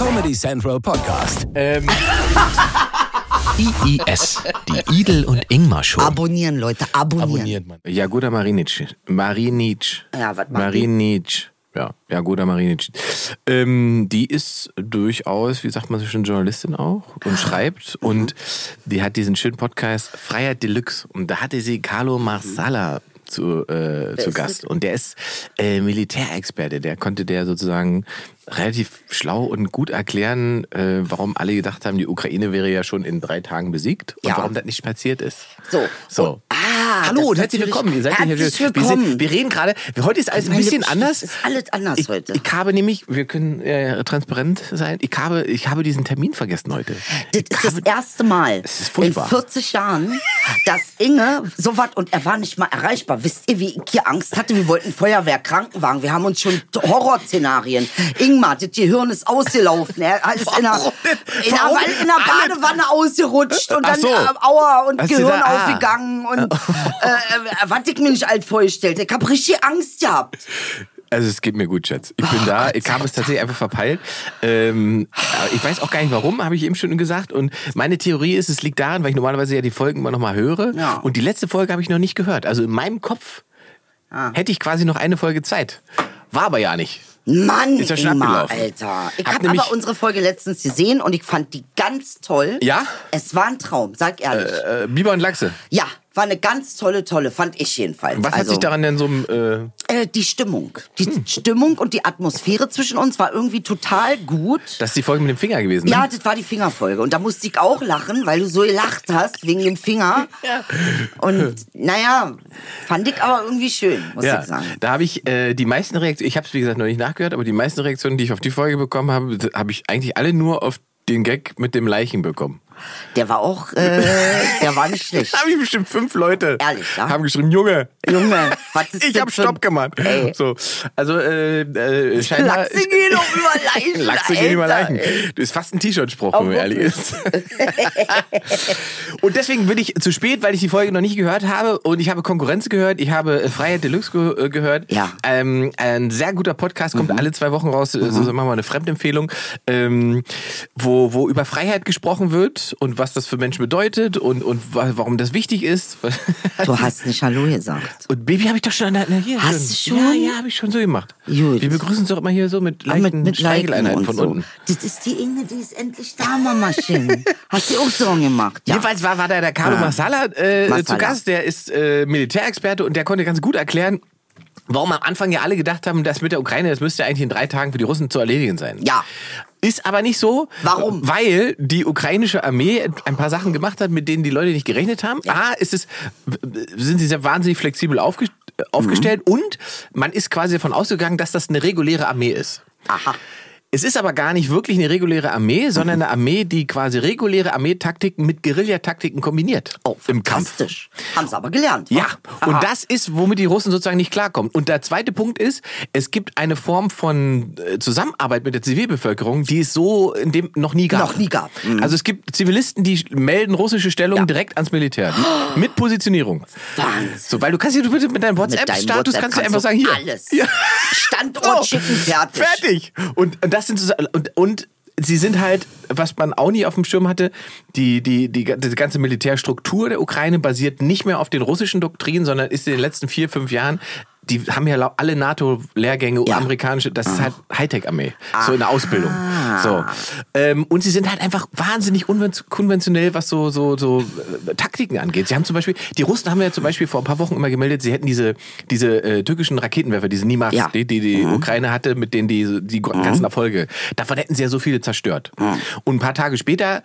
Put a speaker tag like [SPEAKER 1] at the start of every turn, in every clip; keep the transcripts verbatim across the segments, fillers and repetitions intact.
[SPEAKER 1] Comedy Central Podcast.
[SPEAKER 2] Ähm. I I S, die Idel und Ingmar Show.
[SPEAKER 3] Abonnieren, Leute, abonnieren.
[SPEAKER 2] Abonniert man. Jagoda Marinic. Marinic.
[SPEAKER 3] Ja, was macht
[SPEAKER 2] Marinic. Ja, Jagoda Marinic. Ähm, die ist durchaus, wie sagt man so schön, Journalistin auch und schreibt. Mhm. Und die hat diesen schönen Podcast Freiheit Deluxe. Und da hatte sie Carlo Marsala zu, äh, zu Gast. Und der ist äh, Militärexperte. Der konnte der sozusagen relativ schlau und gut erklären, äh, warum alle gedacht haben, die Ukraine wäre ja schon in drei Tagen besiegt und
[SPEAKER 3] ja.
[SPEAKER 2] warum das nicht passiert ist.
[SPEAKER 3] So.
[SPEAKER 2] So.
[SPEAKER 3] Und, ah,
[SPEAKER 2] hallo und herzlich willkommen. Ihr seid
[SPEAKER 3] herzlich
[SPEAKER 2] hier. Wir, sind, wir reden gerade. Heute ist alles ein bisschen anders.
[SPEAKER 3] Es ist alles anders
[SPEAKER 2] ich,
[SPEAKER 3] heute.
[SPEAKER 2] Ich habe nämlich, wir können äh, transparent sein. Ich habe, ich habe diesen Termin vergessen heute.
[SPEAKER 3] Das
[SPEAKER 2] ich
[SPEAKER 3] ist
[SPEAKER 2] habe,
[SPEAKER 3] das erste Mal
[SPEAKER 2] es ist in
[SPEAKER 3] vierzig Jahren, dass Inge so was und er war nicht mal erreichbar. Wisst ihr, wie ich hier Angst hatte? Wir wollten Feuerwehr, Krankenwagen. Wir haben uns schon Horrorszenarien. Ingmar, das Gehirn ist ausgelaufen. Er ist in der, in der, in der Badewanne ausgerutscht und dann
[SPEAKER 2] so.
[SPEAKER 3] äh, Aua und
[SPEAKER 2] Was
[SPEAKER 3] Gehirn
[SPEAKER 2] da? Ah.
[SPEAKER 3] aufgegangen und äh, was ich mir nicht alt vorgestellt. Ich habe richtig Angst gehabt.
[SPEAKER 2] Also es geht mir gut, Schatz. Ich bin oh, da. Gott, ich habe es tatsächlich einfach verpeilt. Ähm, ich weiß auch gar nicht warum, habe ich eben schon gesagt. Und meine Theorie ist, es liegt daran, weil ich normalerweise ja die Folgen immer noch mal höre. Ja. Und die letzte Folge habe ich noch nicht gehört. Also in meinem Kopf ah. hätte ich quasi noch eine Folge Zeit. War aber ja nicht.
[SPEAKER 3] Mann,
[SPEAKER 2] ist ja schon
[SPEAKER 3] Ingmar,
[SPEAKER 2] abgelaufen.
[SPEAKER 3] Alter. Ich
[SPEAKER 2] Hab
[SPEAKER 3] habe aber unsere Folge letztens gesehen und ich fand die ganz toll.
[SPEAKER 2] Ja?
[SPEAKER 3] Es war ein Traum, sag ehrlich.
[SPEAKER 2] Äh, äh, Biber und Lachse?
[SPEAKER 3] Ja, war eine ganz tolle, tolle, fand ich jedenfalls.
[SPEAKER 2] Was
[SPEAKER 3] also,
[SPEAKER 2] hat sich daran denn so... Äh
[SPEAKER 3] äh, die Stimmung. Die hm. Stimmung und die Atmosphäre zwischen uns war irgendwie total gut.
[SPEAKER 2] Das ist die Folge mit dem Finger gewesen, ne?
[SPEAKER 3] Ja, das war die Fingerfolge. Und da musste ich auch lachen, weil du so gelacht hast wegen dem Finger.
[SPEAKER 2] Ja.
[SPEAKER 3] Und naja, fand ich aber irgendwie schön, muss
[SPEAKER 2] ja.
[SPEAKER 3] ich sagen.
[SPEAKER 2] Da habe ich äh, die meisten Reaktionen, ich habe es wie gesagt noch nicht nachgehört, aber die meisten Reaktionen, die ich auf die Folge bekommen habe, habe ich eigentlich alle nur auf den Gag mit dem Leichen bekommen.
[SPEAKER 3] Der war auch, äh, der war nicht schlecht.
[SPEAKER 2] Da habe ich bestimmt fünf Leute
[SPEAKER 3] Ehrlich, ja?
[SPEAKER 2] haben geschrieben, Junge,
[SPEAKER 3] Junge, was ist
[SPEAKER 2] ich habe Stopp gemacht.
[SPEAKER 3] Ey.
[SPEAKER 2] So, also äh, äh, scheinbar
[SPEAKER 3] Lachse gehen doch über Leichen.
[SPEAKER 2] Lachse gehen über Leichen. Das ist fast ein T-Shirt-Spruch, wenn man ehrlich ist. Und deswegen bin ich zu spät, weil ich die Folge noch nicht gehört habe und ich habe Konkurrenz gehört, ich habe Freiheit Deluxe ge- gehört.
[SPEAKER 3] Ja.
[SPEAKER 2] Ähm, ein sehr guter Podcast, kommt mhm. alle zwei Wochen raus, mhm. so machen wir eine Fremdempfehlung, ähm, wo, wo über Freiheit gesprochen wird und was das für Menschen bedeutet und, und warum das wichtig ist.
[SPEAKER 3] Du hast nicht Hallo gesagt.
[SPEAKER 2] Und Baby habe ich doch schon... Na, hier,
[SPEAKER 3] hast
[SPEAKER 2] schon.
[SPEAKER 3] du schon?
[SPEAKER 2] Ja, ja, habe ich schon so gemacht.
[SPEAKER 3] Gut.
[SPEAKER 2] Wir begrüßen uns doch immer hier so mit leichten
[SPEAKER 3] mit, mit
[SPEAKER 2] Streicheleinheiten von
[SPEAKER 3] so.
[SPEAKER 2] unten.
[SPEAKER 3] Das ist die Inge, die ist endlich da, Mamachen. Hast du auch so gemacht? Ja.
[SPEAKER 2] Jedenfalls war, war da der Carlo ah. Marsala, äh, Marsala zu Gast. Der ist äh, Militärexperte und der konnte ganz gut erklären, warum am Anfang ja alle gedacht haben, das mit der Ukraine, das müsste eigentlich in drei Tagen für die Russen zu erledigen sein.
[SPEAKER 3] Ja.
[SPEAKER 2] Ist aber nicht so.
[SPEAKER 3] Warum?
[SPEAKER 2] Weil die ukrainische Armee ein paar Sachen gemacht hat, mit denen die Leute nicht gerechnet haben. Ja. A, ist es, sind sie sehr wahnsinnig flexibel aufge, aufgestellt mhm. und man ist quasi davon ausgegangen, dass das eine reguläre Armee ist.
[SPEAKER 3] Aha.
[SPEAKER 2] Es ist aber gar nicht wirklich eine reguläre Armee, sondern eine Armee, die quasi reguläre Armeetaktiken mit Guerillataktiken kombiniert.
[SPEAKER 3] Oh,
[SPEAKER 2] im Kampf.
[SPEAKER 3] Fantastisch. Haben sie aber gelernt.
[SPEAKER 2] Ja,
[SPEAKER 3] Aha.
[SPEAKER 2] und das ist, womit die Russen sozusagen nicht klarkommen. Und der zweite Punkt ist, es gibt eine Form von Zusammenarbeit mit der Zivilbevölkerung, die es so in dem noch nie gab.
[SPEAKER 3] Noch nie gab.
[SPEAKER 2] Mhm. Also es gibt Zivilisten, die melden russische Stellungen ja. direkt ans Militär. Oh. Mit Positionierung.
[SPEAKER 3] Wahnsinn.
[SPEAKER 2] So, weil du kannst hier mit deinem WhatsApp-Status kannst du einfach sagen, hier.
[SPEAKER 3] Alles.
[SPEAKER 2] Ja.
[SPEAKER 3] Standort oh. schicken, fertig.
[SPEAKER 2] Fertig. Und, und das sind so, und, und sie sind halt, was man auch nie auf dem Schirm hatte, die, die, die, die ganze Militärstruktur der Ukraine basiert nicht mehr auf den russischen Doktrinen, sondern ist in den letzten vier, fünf Jahren, die haben ja alle NATO-Lehrgänge, ja. amerikanische, das ist halt Hightech-Armee, ah. so in der Ausbildung. So. Ähm, und sie sind halt einfach wahnsinnig unkonventionell, was so, so, so äh, Taktiken angeht. Sie haben zum Beispiel, die Russen haben ja zum Beispiel vor ein paar Wochen immer gemeldet, sie hätten diese, diese äh, türkischen Raketenwerfer, diese NIMARS, ja. die die, die mhm. Ukraine hatte, mit denen die, die ganzen mhm. Erfolge, davon hätten sie ja so viele zerstört. Mhm. Und ein paar Tage später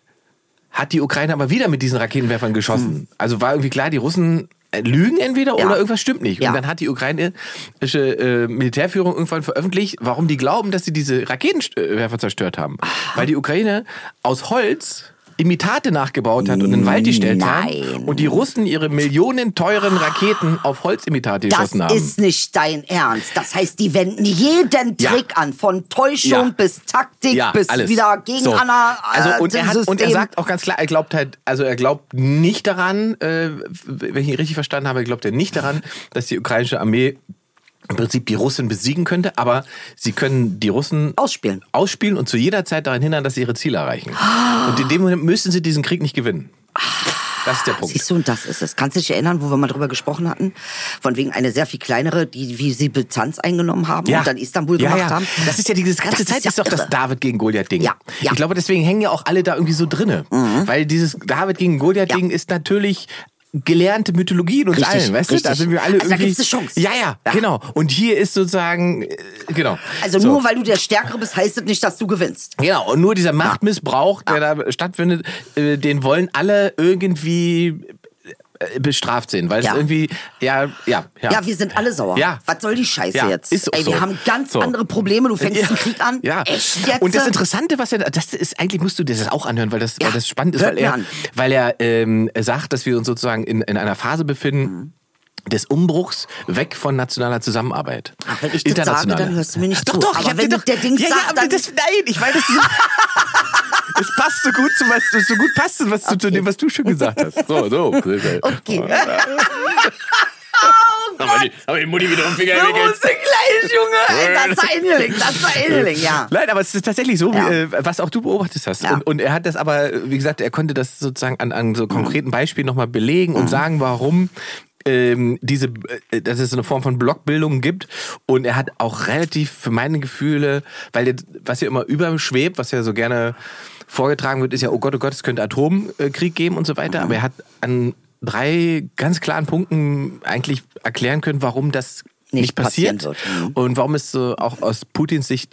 [SPEAKER 2] hat die Ukraine aber wieder mit diesen Raketenwerfern geschossen. Mhm. Also war irgendwie klar, die Russen lügen entweder ja. oder irgendwas stimmt nicht. Ja. Und dann hat die ukrainische äh, Militärführung irgendwann veröffentlicht, warum die glauben, dass sie diese Raketenwerfer zerstört haben. Aha. Weil die Ukraine aus Holz Imitate nachgebaut hat und in den Wald gestellt haben und die Russen ihre millionen teuren Raketen auf Holzimitate geschossen haben.
[SPEAKER 3] Das ist nicht dein Ernst. Das heißt, die wenden jeden
[SPEAKER 2] ja.
[SPEAKER 3] Trick an, von Täuschung ja. bis Taktik
[SPEAKER 2] ja,
[SPEAKER 3] bis
[SPEAKER 2] alles.
[SPEAKER 3] wieder gegen
[SPEAKER 2] so.
[SPEAKER 3] Anna. Äh,
[SPEAKER 2] also und er, hat, und er sagt auch ganz klar, er glaubt halt, also er glaubt nicht daran, äh, wenn ich ihn richtig verstanden habe, glaubt er nicht daran, dass die ukrainische Armee im Prinzip die Russen besiegen könnte, aber sie können die Russen
[SPEAKER 3] ausspielen.
[SPEAKER 2] ausspielen und zu jeder Zeit daran hindern, dass sie ihre Ziele erreichen. Und in dem Moment müssen sie diesen Krieg nicht gewinnen. Das ist der Punkt.
[SPEAKER 3] Siehst du, und das ist es. Kannst du dich erinnern, wo wir mal drüber gesprochen hatten? Von wegen eine sehr viel kleinere, die wie sie Byzanz eingenommen haben
[SPEAKER 2] ja.
[SPEAKER 3] und dann Istanbul
[SPEAKER 2] ja,
[SPEAKER 3] gemacht
[SPEAKER 2] ja.
[SPEAKER 3] haben.
[SPEAKER 2] Das ist ja diese ganze
[SPEAKER 3] das
[SPEAKER 2] Zeit
[SPEAKER 3] ist, ja
[SPEAKER 2] ist doch das
[SPEAKER 3] irre.
[SPEAKER 2] David gegen Goliath-Ding.
[SPEAKER 3] Ja, ja.
[SPEAKER 2] Ich glaube, deswegen hängen ja auch alle da irgendwie so drinne. Mhm. Weil dieses David gegen Goliath-Ding
[SPEAKER 3] ja.
[SPEAKER 2] ist natürlich gelernte Mythologie in uns
[SPEAKER 3] Richtig,
[SPEAKER 2] allen, weißt
[SPEAKER 3] richtig.
[SPEAKER 2] du? Da sind wir alle
[SPEAKER 3] also
[SPEAKER 2] irgendwie.
[SPEAKER 3] Da gibt's eine Chance.
[SPEAKER 2] Ja, ja, ja, genau. Und hier ist sozusagen, äh, genau.
[SPEAKER 3] Also
[SPEAKER 2] so.
[SPEAKER 3] nur weil du der Stärkere bist, heißt es nicht, dass du gewinnst.
[SPEAKER 2] Genau, und nur dieser Machtmissbrauch, der ja. da stattfindet, äh, den wollen alle irgendwie bestraft sehen, weil
[SPEAKER 3] ja.
[SPEAKER 2] es irgendwie, ja, ja, ja.
[SPEAKER 3] Ja, wir sind alle sauer.
[SPEAKER 2] Ja.
[SPEAKER 3] Was soll die Scheiße
[SPEAKER 2] ja,
[SPEAKER 3] jetzt?
[SPEAKER 2] Ist
[SPEAKER 3] Ey,
[SPEAKER 2] so.
[SPEAKER 3] wir haben ganz
[SPEAKER 2] so.
[SPEAKER 3] andere Probleme. Du fängst
[SPEAKER 2] ja.
[SPEAKER 3] den Krieg an.
[SPEAKER 2] Ja.
[SPEAKER 3] Echt jetzt?
[SPEAKER 2] Und das Interessante, was er, das ist, eigentlich musst du dir das auch anhören, weil das,
[SPEAKER 3] ja.
[SPEAKER 2] weil das spannend ist,
[SPEAKER 3] Hört
[SPEAKER 2] weil er,
[SPEAKER 3] an.
[SPEAKER 2] weil er ähm, sagt, dass wir uns sozusagen in, in einer Phase befinden, mhm. des Umbruchs weg von nationaler Zusammenarbeit.
[SPEAKER 3] Ach, wenn ich das sage, dann hörst du mir nicht
[SPEAKER 2] doch,
[SPEAKER 3] zu.
[SPEAKER 2] Doch,
[SPEAKER 3] aber
[SPEAKER 2] ich hab
[SPEAKER 3] wenn
[SPEAKER 2] dir
[SPEAKER 3] du der Ding
[SPEAKER 2] ja,
[SPEAKER 3] sagst,
[SPEAKER 2] ja, aber
[SPEAKER 3] dann...
[SPEAKER 2] das, nein, ich meine, das ist... Es passt so gut zu was, das so gut passt was okay. zu dem, was du schon gesagt hast. So, so.
[SPEAKER 3] Okay.
[SPEAKER 2] Oh aber, die, aber die Mutti wieder um den Finger
[SPEAKER 3] weg. Du musst gleich, Junge. Ey, das war Inneling, das war Inneling, ja.
[SPEAKER 2] Nein, aber es ist tatsächlich so,
[SPEAKER 3] ja.
[SPEAKER 2] wie, äh, was auch du beobachtet hast. Ja. Und, und er hat das aber, wie gesagt, er konnte das sozusagen an, an so konkreten Beispielen nochmal belegen mhm. und sagen, warum ähm, diese, äh, dass es so eine Form von Blockbildung gibt. Und er hat auch relativ für meine Gefühle, weil der, was ja immer überschwebt, was ja so gerne vorgetragen wird, ist ja, oh Gott, oh Gott, es könnte Atomkrieg geben und so weiter. Mhm. Aber er hat an drei ganz klaren Punkten eigentlich erklären können, warum das nicht, nicht passiert
[SPEAKER 3] wird. Mhm.
[SPEAKER 2] Und warum es so auch aus Putins Sicht,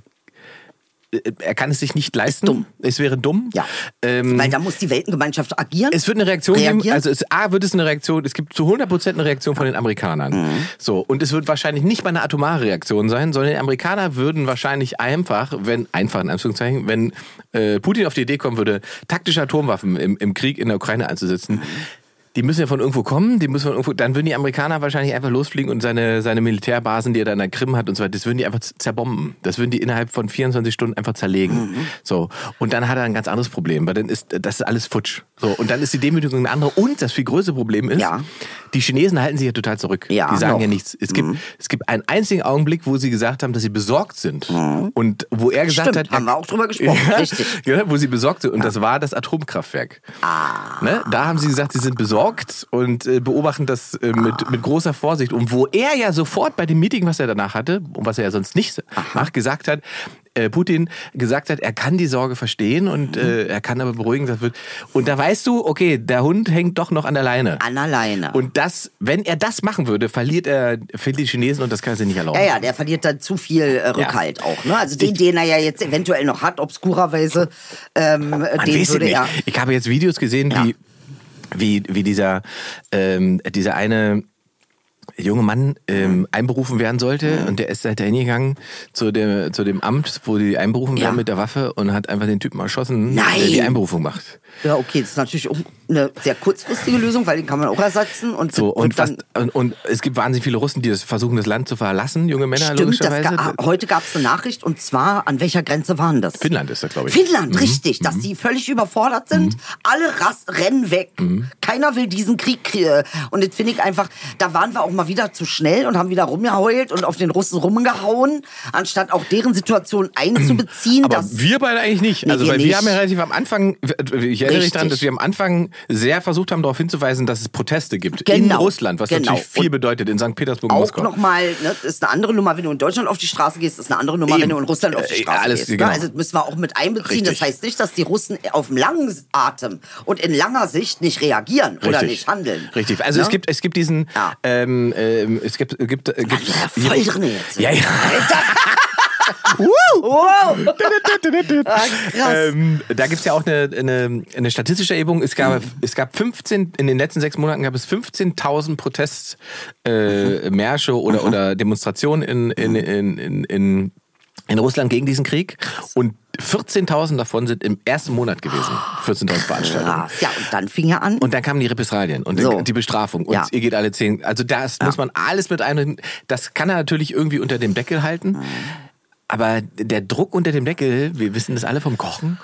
[SPEAKER 2] er kann es sich nicht leisten.
[SPEAKER 3] Dumm.
[SPEAKER 2] Es wäre dumm.
[SPEAKER 3] Ja.
[SPEAKER 2] Ähm,
[SPEAKER 3] Weil da muss die Weltengemeinschaft agieren.
[SPEAKER 2] Es wird eine Reaktion
[SPEAKER 3] reagieren.
[SPEAKER 2] geben. Also es, A, wird es eine Reaktion, es gibt zu hundert Prozent eine Reaktion von den Amerikanern. Mhm. So, und es wird wahrscheinlich nicht mal eine atomare Reaktion sein, sondern die Amerikaner würden wahrscheinlich einfach, wenn, einfach in Anführungszeichen, wenn äh, Putin auf die Idee kommen würde, taktische Atomwaffen im, im Krieg in der Ukraine einzusetzen, mhm. die müssen ja von irgendwo kommen, die müssen von irgendwo, dann würden die Amerikaner wahrscheinlich einfach losfliegen und seine, seine Militärbasen, die er da in der Krim hat und so weiter, das würden die einfach zerbomben. Das würden die innerhalb von vierundzwanzig Stunden einfach zerlegen. Mhm. So. Und dann hat er ein ganz anderes Problem, weil dann ist, das ist alles futsch. So. Und dann ist die Demütigung eine andere. Und das viel größere Problem ist, ja. die Chinesen halten sich ja total zurück. Ja, die sagen noch. ja nichts. Es gibt, mhm. es gibt einen einzigen Augenblick, wo sie gesagt haben, dass sie besorgt sind. Mhm. Und wo er gesagt
[SPEAKER 3] Stimmt,
[SPEAKER 2] hat,
[SPEAKER 3] haben wir auch drüber gesprochen.
[SPEAKER 2] ja,
[SPEAKER 3] Richtig.
[SPEAKER 2] Ja, wo sie besorgt sind. Und ja. das war das Atomkraftwerk.
[SPEAKER 3] Ah.
[SPEAKER 2] Ne? Da haben sie gesagt, sie sind besorgt und äh, beobachten das äh, mit, mit großer Vorsicht. Und wo er ja sofort bei dem Meeting, was er danach hatte, und was er ja sonst nicht macht, gesagt hat, äh, Putin gesagt hat, er kann die Sorge verstehen und mhm. äh, er kann aber beruhigen. Das wird, und da weißt du, okay, der Hund hängt doch noch an der Leine.
[SPEAKER 3] An der Leine.
[SPEAKER 2] Und das, wenn er das machen würde, verliert er verliert die Chinesen und das kann er sich nicht erlauben.
[SPEAKER 3] Ja, ja, der verliert dann zu viel äh, Rückhalt ja. auch. Ne? Also den, den er ja jetzt eventuell noch hat, obskurerweise, ähm, den würde er...
[SPEAKER 2] Ich habe jetzt Videos gesehen, ja. wie, wie, wie dieser, ähm, dieser eine... junge Mann ähm, einberufen werden sollte und der ist halt dahin gegangen zu, der, zu dem Amt, wo die einberufen werden ja. mit der Waffe und hat einfach den Typen erschossen,
[SPEAKER 3] Nein.
[SPEAKER 2] der die Einberufung macht.
[SPEAKER 3] Ja, okay, das ist natürlich auch eine sehr kurzfristige Lösung, weil den kann man auch ersetzen. Und,
[SPEAKER 2] so, und,
[SPEAKER 3] und, dann,
[SPEAKER 2] was, und, und es gibt wahnsinnig viele Russen, die das versuchen, das Land zu verlassen, junge Männer
[SPEAKER 3] stimmt,
[SPEAKER 2] logischerweise.
[SPEAKER 3] Das, heute gab es eine Nachricht und zwar, an welcher Grenze waren das?
[SPEAKER 2] Finnland ist das, glaube ich.
[SPEAKER 3] Finnland,
[SPEAKER 2] mhm.
[SPEAKER 3] richtig, dass
[SPEAKER 2] mhm.
[SPEAKER 3] die völlig überfordert sind. Mhm. Alle Rast rennen weg. Mhm. Keiner will diesen Krieg kriegen. Und das finde ich einfach, da waren wir auch mal wieder zu schnell und haben wieder rumgeheult und auf den Russen rumgehauen, anstatt auch deren Situation einzubeziehen.
[SPEAKER 2] Aber
[SPEAKER 3] dass
[SPEAKER 2] wir beide eigentlich nicht.
[SPEAKER 3] Nee,
[SPEAKER 2] also
[SPEAKER 3] wir
[SPEAKER 2] weil
[SPEAKER 3] nicht.
[SPEAKER 2] wir haben ja relativ am Anfang, ich erinnere
[SPEAKER 3] Richtig.
[SPEAKER 2] mich daran, dass wir am Anfang sehr versucht haben, darauf hinzuweisen, dass es Proteste gibt
[SPEAKER 3] genau.
[SPEAKER 2] in Russland, was
[SPEAKER 3] genau.
[SPEAKER 2] natürlich viel und bedeutet, in Sankt Petersburg und
[SPEAKER 3] auch
[SPEAKER 2] Moskau.
[SPEAKER 3] Auch nochmal, ne, das ist eine andere Nummer, wenn du in Deutschland auf die Straße gehst, ist eine andere Nummer,
[SPEAKER 2] Eben.
[SPEAKER 3] wenn du in Russland auf die Straße
[SPEAKER 2] äh, alles,
[SPEAKER 3] gehst.
[SPEAKER 2] Genau.
[SPEAKER 3] Ne? Also das müssen wir auch mit einbeziehen.
[SPEAKER 2] Richtig.
[SPEAKER 3] Das heißt nicht, dass die Russen auf dem langen Atem und in langer Sicht nicht reagieren
[SPEAKER 2] Richtig.
[SPEAKER 3] oder nicht handeln.
[SPEAKER 2] Richtig. Also
[SPEAKER 3] ne?
[SPEAKER 2] es gibt, es gibt diesen,
[SPEAKER 3] ja.
[SPEAKER 2] ähm, ähm, es gibt, gibt, äh, gibt
[SPEAKER 3] ja, voll drin jetzt.
[SPEAKER 2] Ja, ja.
[SPEAKER 3] wow. ah, krass.
[SPEAKER 2] Ähm, da gibt es ja auch eine, eine, eine statistische Erhebung. Es gab, mhm. es gab fünfzehn, in den letzten sechs Monaten gab es fünfzehntausend Protestmärsche äh, Märsche oder, mhm. oder Demonstrationen in, in, in, in, in, in Russland gegen diesen Krieg. Und vierzehntausend davon sind im ersten Monat gewesen. vierzehntausend Veranstaltungen.
[SPEAKER 3] Krass. Ja, und dann fing er an.
[SPEAKER 2] Und dann kamen die Repressalien und
[SPEAKER 3] so.
[SPEAKER 2] die Bestrafung. Und
[SPEAKER 3] ja.
[SPEAKER 2] ihr geht alle zehn. Also das ja. muss man alles mit einreden. Das kann er natürlich irgendwie unter dem Deckel halten. Mhm. Aber der Druck unter dem Deckel, wir wissen das alle vom Kochen,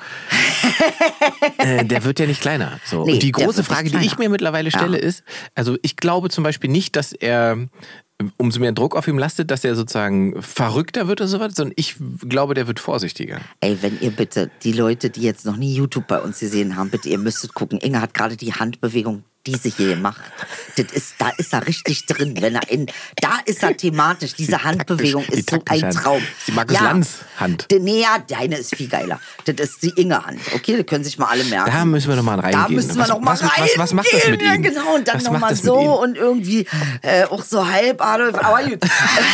[SPEAKER 2] äh, der wird ja nicht kleiner. So.
[SPEAKER 3] Nee,
[SPEAKER 2] und die
[SPEAKER 3] der
[SPEAKER 2] große
[SPEAKER 3] wird
[SPEAKER 2] Frage,
[SPEAKER 3] nicht
[SPEAKER 2] die ich
[SPEAKER 3] kleiner.
[SPEAKER 2] mir mittlerweile stelle,
[SPEAKER 3] Ja.
[SPEAKER 2] ist, also ich glaube zum Beispiel nicht, dass er, umso mehr Druck auf ihm lastet, dass er sozusagen verrückter wird oder sowas, sondern ich glaube, der wird vorsichtiger.
[SPEAKER 3] Ey, wenn ihr bitte, die Leute, die jetzt noch nie YouTube bei uns gesehen haben, bitte, ihr müsstet gucken. Inge hat gerade die Handbewegung, die sie hier macht. Das ist, da ist er richtig drin. Wenn er in, da ist er thematisch. Diese Handbewegung
[SPEAKER 2] die
[SPEAKER 3] ist so
[SPEAKER 2] taktische
[SPEAKER 3] ein
[SPEAKER 2] Hand.
[SPEAKER 3] Traum.
[SPEAKER 2] Das ist die Markus Lanz Hand.
[SPEAKER 3] De, nee, ja, deine ist viel geiler. Das ist die Inge-Hand. Okay, das können sich mal alle merken.
[SPEAKER 2] Da müssen wir noch mal reingehen.
[SPEAKER 3] Da müssen wir
[SPEAKER 2] was,
[SPEAKER 3] noch mal
[SPEAKER 2] was,
[SPEAKER 3] reingehen.
[SPEAKER 2] was, was macht das mit ihm?
[SPEAKER 3] Ja, genau. Und dann
[SPEAKER 2] was
[SPEAKER 3] noch
[SPEAKER 2] macht
[SPEAKER 3] mal
[SPEAKER 2] das
[SPEAKER 3] so
[SPEAKER 2] mit ihm?
[SPEAKER 3] und irgendwie äh, auch so halb Adolf. Aber gut.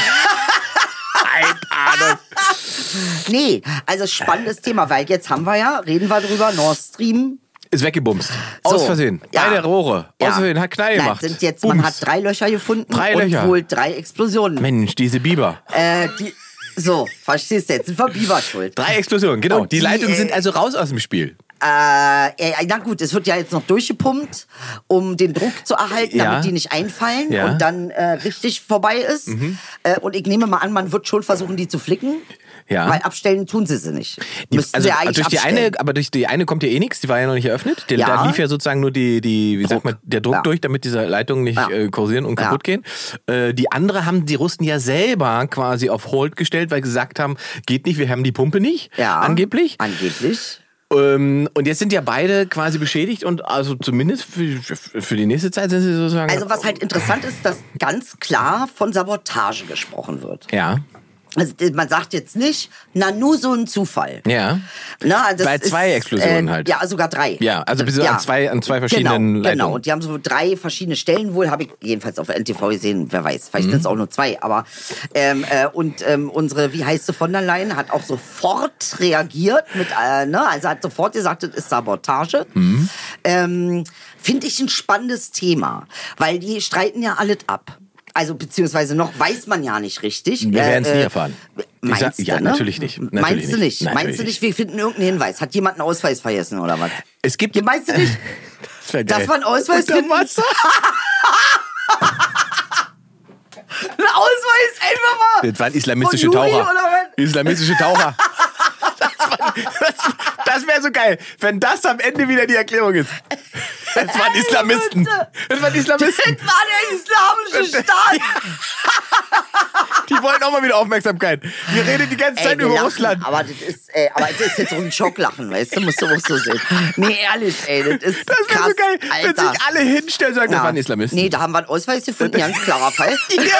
[SPEAKER 2] Halb Adolf.
[SPEAKER 3] Nee, also spannendes Thema, weil jetzt haben wir ja, reden wir drüber, Nord Stream.
[SPEAKER 2] Ist weggebumst.
[SPEAKER 3] So,
[SPEAKER 2] Aus Versehen.
[SPEAKER 3] ja.
[SPEAKER 2] Beide Rohre.
[SPEAKER 3] Ja.
[SPEAKER 2] Aus Versehen. Hat Knall
[SPEAKER 3] Nein,
[SPEAKER 2] gemacht.
[SPEAKER 3] sind jetzt,
[SPEAKER 2] Bums.
[SPEAKER 3] man hat drei Löcher gefunden
[SPEAKER 2] Drei
[SPEAKER 3] und
[SPEAKER 2] Löcher.
[SPEAKER 3] wohl drei Explosionen.
[SPEAKER 2] Mensch, diese Biber.
[SPEAKER 3] Äh, die, so, verstehst du, jetzt sind wir Biber schuld.
[SPEAKER 2] Drei Explosionen, genau.
[SPEAKER 3] Und
[SPEAKER 2] Die,
[SPEAKER 3] die,
[SPEAKER 2] Leitungen
[SPEAKER 3] äh,
[SPEAKER 2] sind also raus aus dem Spiel.
[SPEAKER 3] Äh, äh, na gut, es wird ja jetzt noch durchgepumpt, um den Druck zu erhalten,
[SPEAKER 2] Ja.
[SPEAKER 3] damit die nicht einfallen
[SPEAKER 2] Ja.
[SPEAKER 3] und dann äh, richtig vorbei ist.
[SPEAKER 2] Mhm.
[SPEAKER 3] Äh, und ich nehme mal an, man wird schon versuchen, die zu flicken.
[SPEAKER 2] Ja.
[SPEAKER 3] Weil abstellen tun sie sie nicht.
[SPEAKER 2] Die,
[SPEAKER 3] Müssten
[SPEAKER 2] also
[SPEAKER 3] sie eigentlich
[SPEAKER 2] durch die
[SPEAKER 3] abstellen.
[SPEAKER 2] eine, aber durch die eine kommt ja eh nichts, die war ja noch nicht eröffnet. Der,
[SPEAKER 3] Ja.
[SPEAKER 2] Da lief ja sozusagen nur die, die wie
[SPEAKER 3] Druck.
[SPEAKER 2] sagt man, der Druck
[SPEAKER 3] Ja.
[SPEAKER 2] durch, damit diese Leitungen nicht
[SPEAKER 3] Ja.
[SPEAKER 2] äh, kursieren und
[SPEAKER 3] Ja.
[SPEAKER 2] kaputt gehen. Äh, die andere haben die Russen ja selber quasi auf Hold gestellt, weil sie gesagt haben, geht nicht, wir haben die Pumpe nicht,
[SPEAKER 3] Ja.
[SPEAKER 2] angeblich.
[SPEAKER 3] Angeblich.
[SPEAKER 2] Ähm, und jetzt sind ja beide quasi beschädigt und also zumindest für, für, für die nächste Zeit sind sie sozusagen...
[SPEAKER 3] Also was halt interessant ist, dass ganz klar von Sabotage gesprochen wird.
[SPEAKER 2] Ja,
[SPEAKER 3] Also man sagt jetzt nicht, na nur so ein Zufall.
[SPEAKER 2] ja.
[SPEAKER 3] Na, das
[SPEAKER 2] Bei zwei
[SPEAKER 3] ist,
[SPEAKER 2] Explosionen
[SPEAKER 3] äh,
[SPEAKER 2] halt.
[SPEAKER 3] Ja, sogar drei.
[SPEAKER 2] Ja, also bis an zwei- an zwei verschiedenen
[SPEAKER 3] genau,
[SPEAKER 2] Leitungen.
[SPEAKER 3] Genau, und die haben so drei verschiedene Stellen wohl, habe ich jedenfalls auf N T V gesehen, wer weiß, vielleicht
[SPEAKER 2] Mhm.
[SPEAKER 3] sind es auch nur zwei, aber ähm, äh, und ähm, unsere, wie heißt sie, von der Leyen, hat auch sofort reagiert mit, äh, ne, also hat sofort gesagt, das ist Sabotage.
[SPEAKER 2] Mhm.
[SPEAKER 3] Ähm, Finde ich ein spannendes Thema, weil die streiten ja alles ab. Also beziehungsweise noch weiß man ja nicht richtig.
[SPEAKER 2] Wir werden es nie
[SPEAKER 3] Äh,
[SPEAKER 2] erfahren.
[SPEAKER 3] Meinst
[SPEAKER 2] Ich sag-
[SPEAKER 3] du,
[SPEAKER 2] ja,
[SPEAKER 3] ne?
[SPEAKER 2] natürlich nicht. Natürlich
[SPEAKER 3] Meinst du nicht?
[SPEAKER 2] nicht. Natürlich
[SPEAKER 3] Meinst du nicht, wir finden irgendeinen Hinweis? Hat jemand einen Ausweis vergessen oder was?
[SPEAKER 2] Es gibt...
[SPEAKER 3] Ja, meinst du nicht,
[SPEAKER 2] Das wär geil.
[SPEAKER 3] dass wir einen Ausweis
[SPEAKER 2] Unter
[SPEAKER 3] finden?
[SPEAKER 2] Wasser?
[SPEAKER 3] Ein Ausweis einfach mal.
[SPEAKER 2] Das waren islamistische
[SPEAKER 3] Von Juri
[SPEAKER 2] Taucher.
[SPEAKER 3] oder was?
[SPEAKER 2] Islamistische Taucher. Das, war- das, das wäre so geil, wenn das am Ende wieder die Erklärung ist. Das waren Islamisten. Das waren Islamisten.
[SPEAKER 3] Das war der islamische Staat.
[SPEAKER 2] Die wollen auch mal wieder Aufmerksamkeit. Wir reden die ganze Zeit
[SPEAKER 3] wir
[SPEAKER 2] über
[SPEAKER 3] lachen,
[SPEAKER 2] Russland.
[SPEAKER 3] Aber das ist, äh, aber das ist jetzt so ein Schocklachen, weißt du? Musst du auch so sehen. Nee, ehrlich, ey, das ist
[SPEAKER 2] Das wäre
[SPEAKER 3] krass,
[SPEAKER 2] so geil, wenn
[SPEAKER 3] Alter.
[SPEAKER 2] sich alle hinstellen und sagen, das
[SPEAKER 3] Ja.
[SPEAKER 2] waren Islamisten.
[SPEAKER 3] Nee, da haben wir einen Ausweis gefunden, ganz klarer Fall.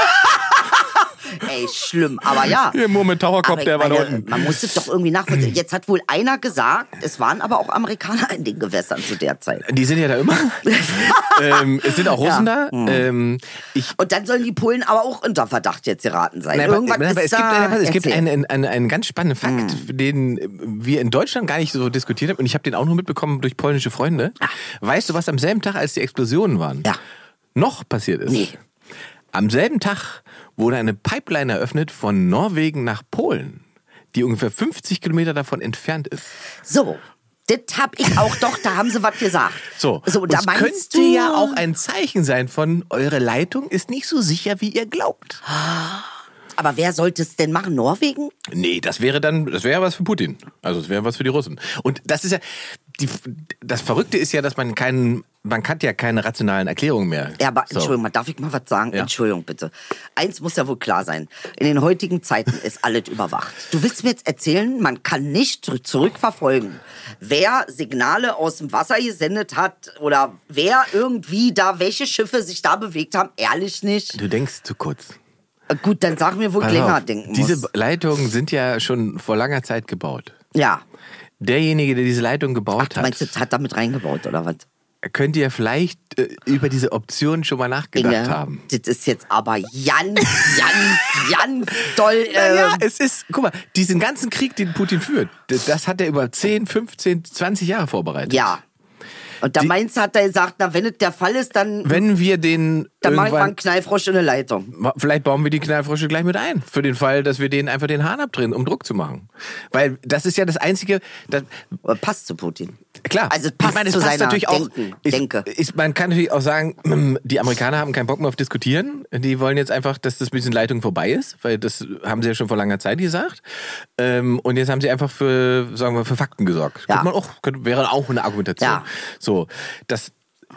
[SPEAKER 3] Ey, schlimm, aber ja.
[SPEAKER 2] Hier, Moment, Taucherkopf,
[SPEAKER 3] Aber ich
[SPEAKER 2] der war da
[SPEAKER 3] meine,
[SPEAKER 2] unten.
[SPEAKER 3] man muss es doch irgendwie nachvollziehen. Jetzt hat wohl einer gesagt, es waren aber auch Amerikaner in den Gewässern zu der Zeit.
[SPEAKER 2] Die sind ja da immer. ähm, es sind auch Russen
[SPEAKER 3] Ja.
[SPEAKER 2] da. Ähm, ich
[SPEAKER 3] Und dann sollen die Polen aber auch unter Verdacht jetzt geraten sein.
[SPEAKER 2] Nein, aber,
[SPEAKER 3] Irgendwas
[SPEAKER 2] aber
[SPEAKER 3] ist
[SPEAKER 2] es gibt,
[SPEAKER 3] da,
[SPEAKER 2] aber es gibt
[SPEAKER 3] erzähl.
[SPEAKER 2] einen, einen, einen ganz spannenden Fakt, den wir in Deutschland gar nicht so diskutiert haben. Und ich habe den auch nur mitbekommen durch polnische Freunde. Weißt du, was am selben Tag, als die Explosionen waren,
[SPEAKER 3] Ja.
[SPEAKER 2] noch passiert ist?
[SPEAKER 3] Nee.
[SPEAKER 2] Am selben Tag wurde eine Pipeline eröffnet von Norwegen nach Polen, die ungefähr fünfzig Kilometer davon entfernt ist.
[SPEAKER 3] So, das hab ich auch doch, da haben sie was gesagt.
[SPEAKER 2] So,
[SPEAKER 3] so
[SPEAKER 2] und
[SPEAKER 3] da
[SPEAKER 2] es
[SPEAKER 3] meinst
[SPEAKER 2] könnte
[SPEAKER 3] du
[SPEAKER 2] ja auch ein Zeichen sein von, eure Leitung ist nicht so sicher, wie ihr glaubt.
[SPEAKER 3] Aber wer sollte es denn machen? Norwegen?
[SPEAKER 2] Nee, das wäre dann, das wäre ja was für Putin. Also das wäre was für die Russen. Und das ist ja, die, das Verrückte ist ja, dass man keinen, man hat ja keine rationalen Erklärungen mehr.
[SPEAKER 3] Ja, aber
[SPEAKER 2] So.
[SPEAKER 3] Entschuldigung, mal, darf ich mal was sagen?
[SPEAKER 2] Ja.
[SPEAKER 3] Entschuldigung, bitte. Eins muss ja wohl klar sein. In den heutigen Zeiten ist alles überwacht. Du willst mir jetzt erzählen, man kann nicht zurück- zurückverfolgen, wer Signale aus dem Wasser gesendet hat oder wer irgendwie da, welche Schiffe sich da bewegt haben? Ehrlich nicht?
[SPEAKER 2] Du denkst zu kurz.
[SPEAKER 3] Gut, dann sag mir, wo ich
[SPEAKER 2] Pass
[SPEAKER 3] länger
[SPEAKER 2] auf,
[SPEAKER 3] denken
[SPEAKER 2] Diese
[SPEAKER 3] muss.
[SPEAKER 2] Leitungen sind ja schon vor langer Zeit gebaut.
[SPEAKER 3] Ja.
[SPEAKER 2] Derjenige, der diese Leitung gebaut
[SPEAKER 3] Du meinst,
[SPEAKER 2] hat,
[SPEAKER 3] das hat damit reingebaut, oder was?
[SPEAKER 2] könnte ja vielleicht äh, über diese Option schon mal nachgedacht
[SPEAKER 3] Inge,
[SPEAKER 2] haben.
[SPEAKER 3] das ist jetzt aber ganz, ganz, ganz doll.
[SPEAKER 2] Ja,
[SPEAKER 3] ähm,
[SPEAKER 2] es ist, guck mal, diesen ganzen Krieg, den Putin führt, das hat er über zehn, fünfzehn, zwanzig Jahre vorbereitet.
[SPEAKER 3] ja. Und der
[SPEAKER 2] Die-
[SPEAKER 3] Mainz hat er gesagt, na, wenn es der Fall ist, dann,
[SPEAKER 2] Wenn wir den
[SPEAKER 3] dann mache ich mal einen
[SPEAKER 2] irgendwann...
[SPEAKER 3] Knallfrosch in eine Leitung.
[SPEAKER 2] Ma- Vielleicht bauen wir die Knallfrösche gleich mit ein. Für den Fall, dass wir denen einfach den Hahn abdrehen, um Druck zu machen. Weil das ist ja das Einzige... Das,
[SPEAKER 3] Aber passt zu Putin.
[SPEAKER 2] klar,
[SPEAKER 3] Also passt
[SPEAKER 2] ich meine, es
[SPEAKER 3] zu
[SPEAKER 2] passt
[SPEAKER 3] seiner
[SPEAKER 2] natürlich auch...
[SPEAKER 3] Denken,
[SPEAKER 2] ist,
[SPEAKER 3] Denke.
[SPEAKER 2] Ist, man kann natürlich auch sagen, die Amerikaner haben keinen Bock mehr auf Diskutieren. Die wollen jetzt einfach, dass das mit diesen Leitungen vorbei ist. Weil das haben sie ja schon vor langer Zeit gesagt. Ähm, und jetzt haben sie einfach für, sagen wir, für Fakten gesorgt.
[SPEAKER 3] Ja.
[SPEAKER 2] Könnte man auch, könnte, wäre auch eine Argumentation.
[SPEAKER 3] Ja.
[SPEAKER 2] So, das...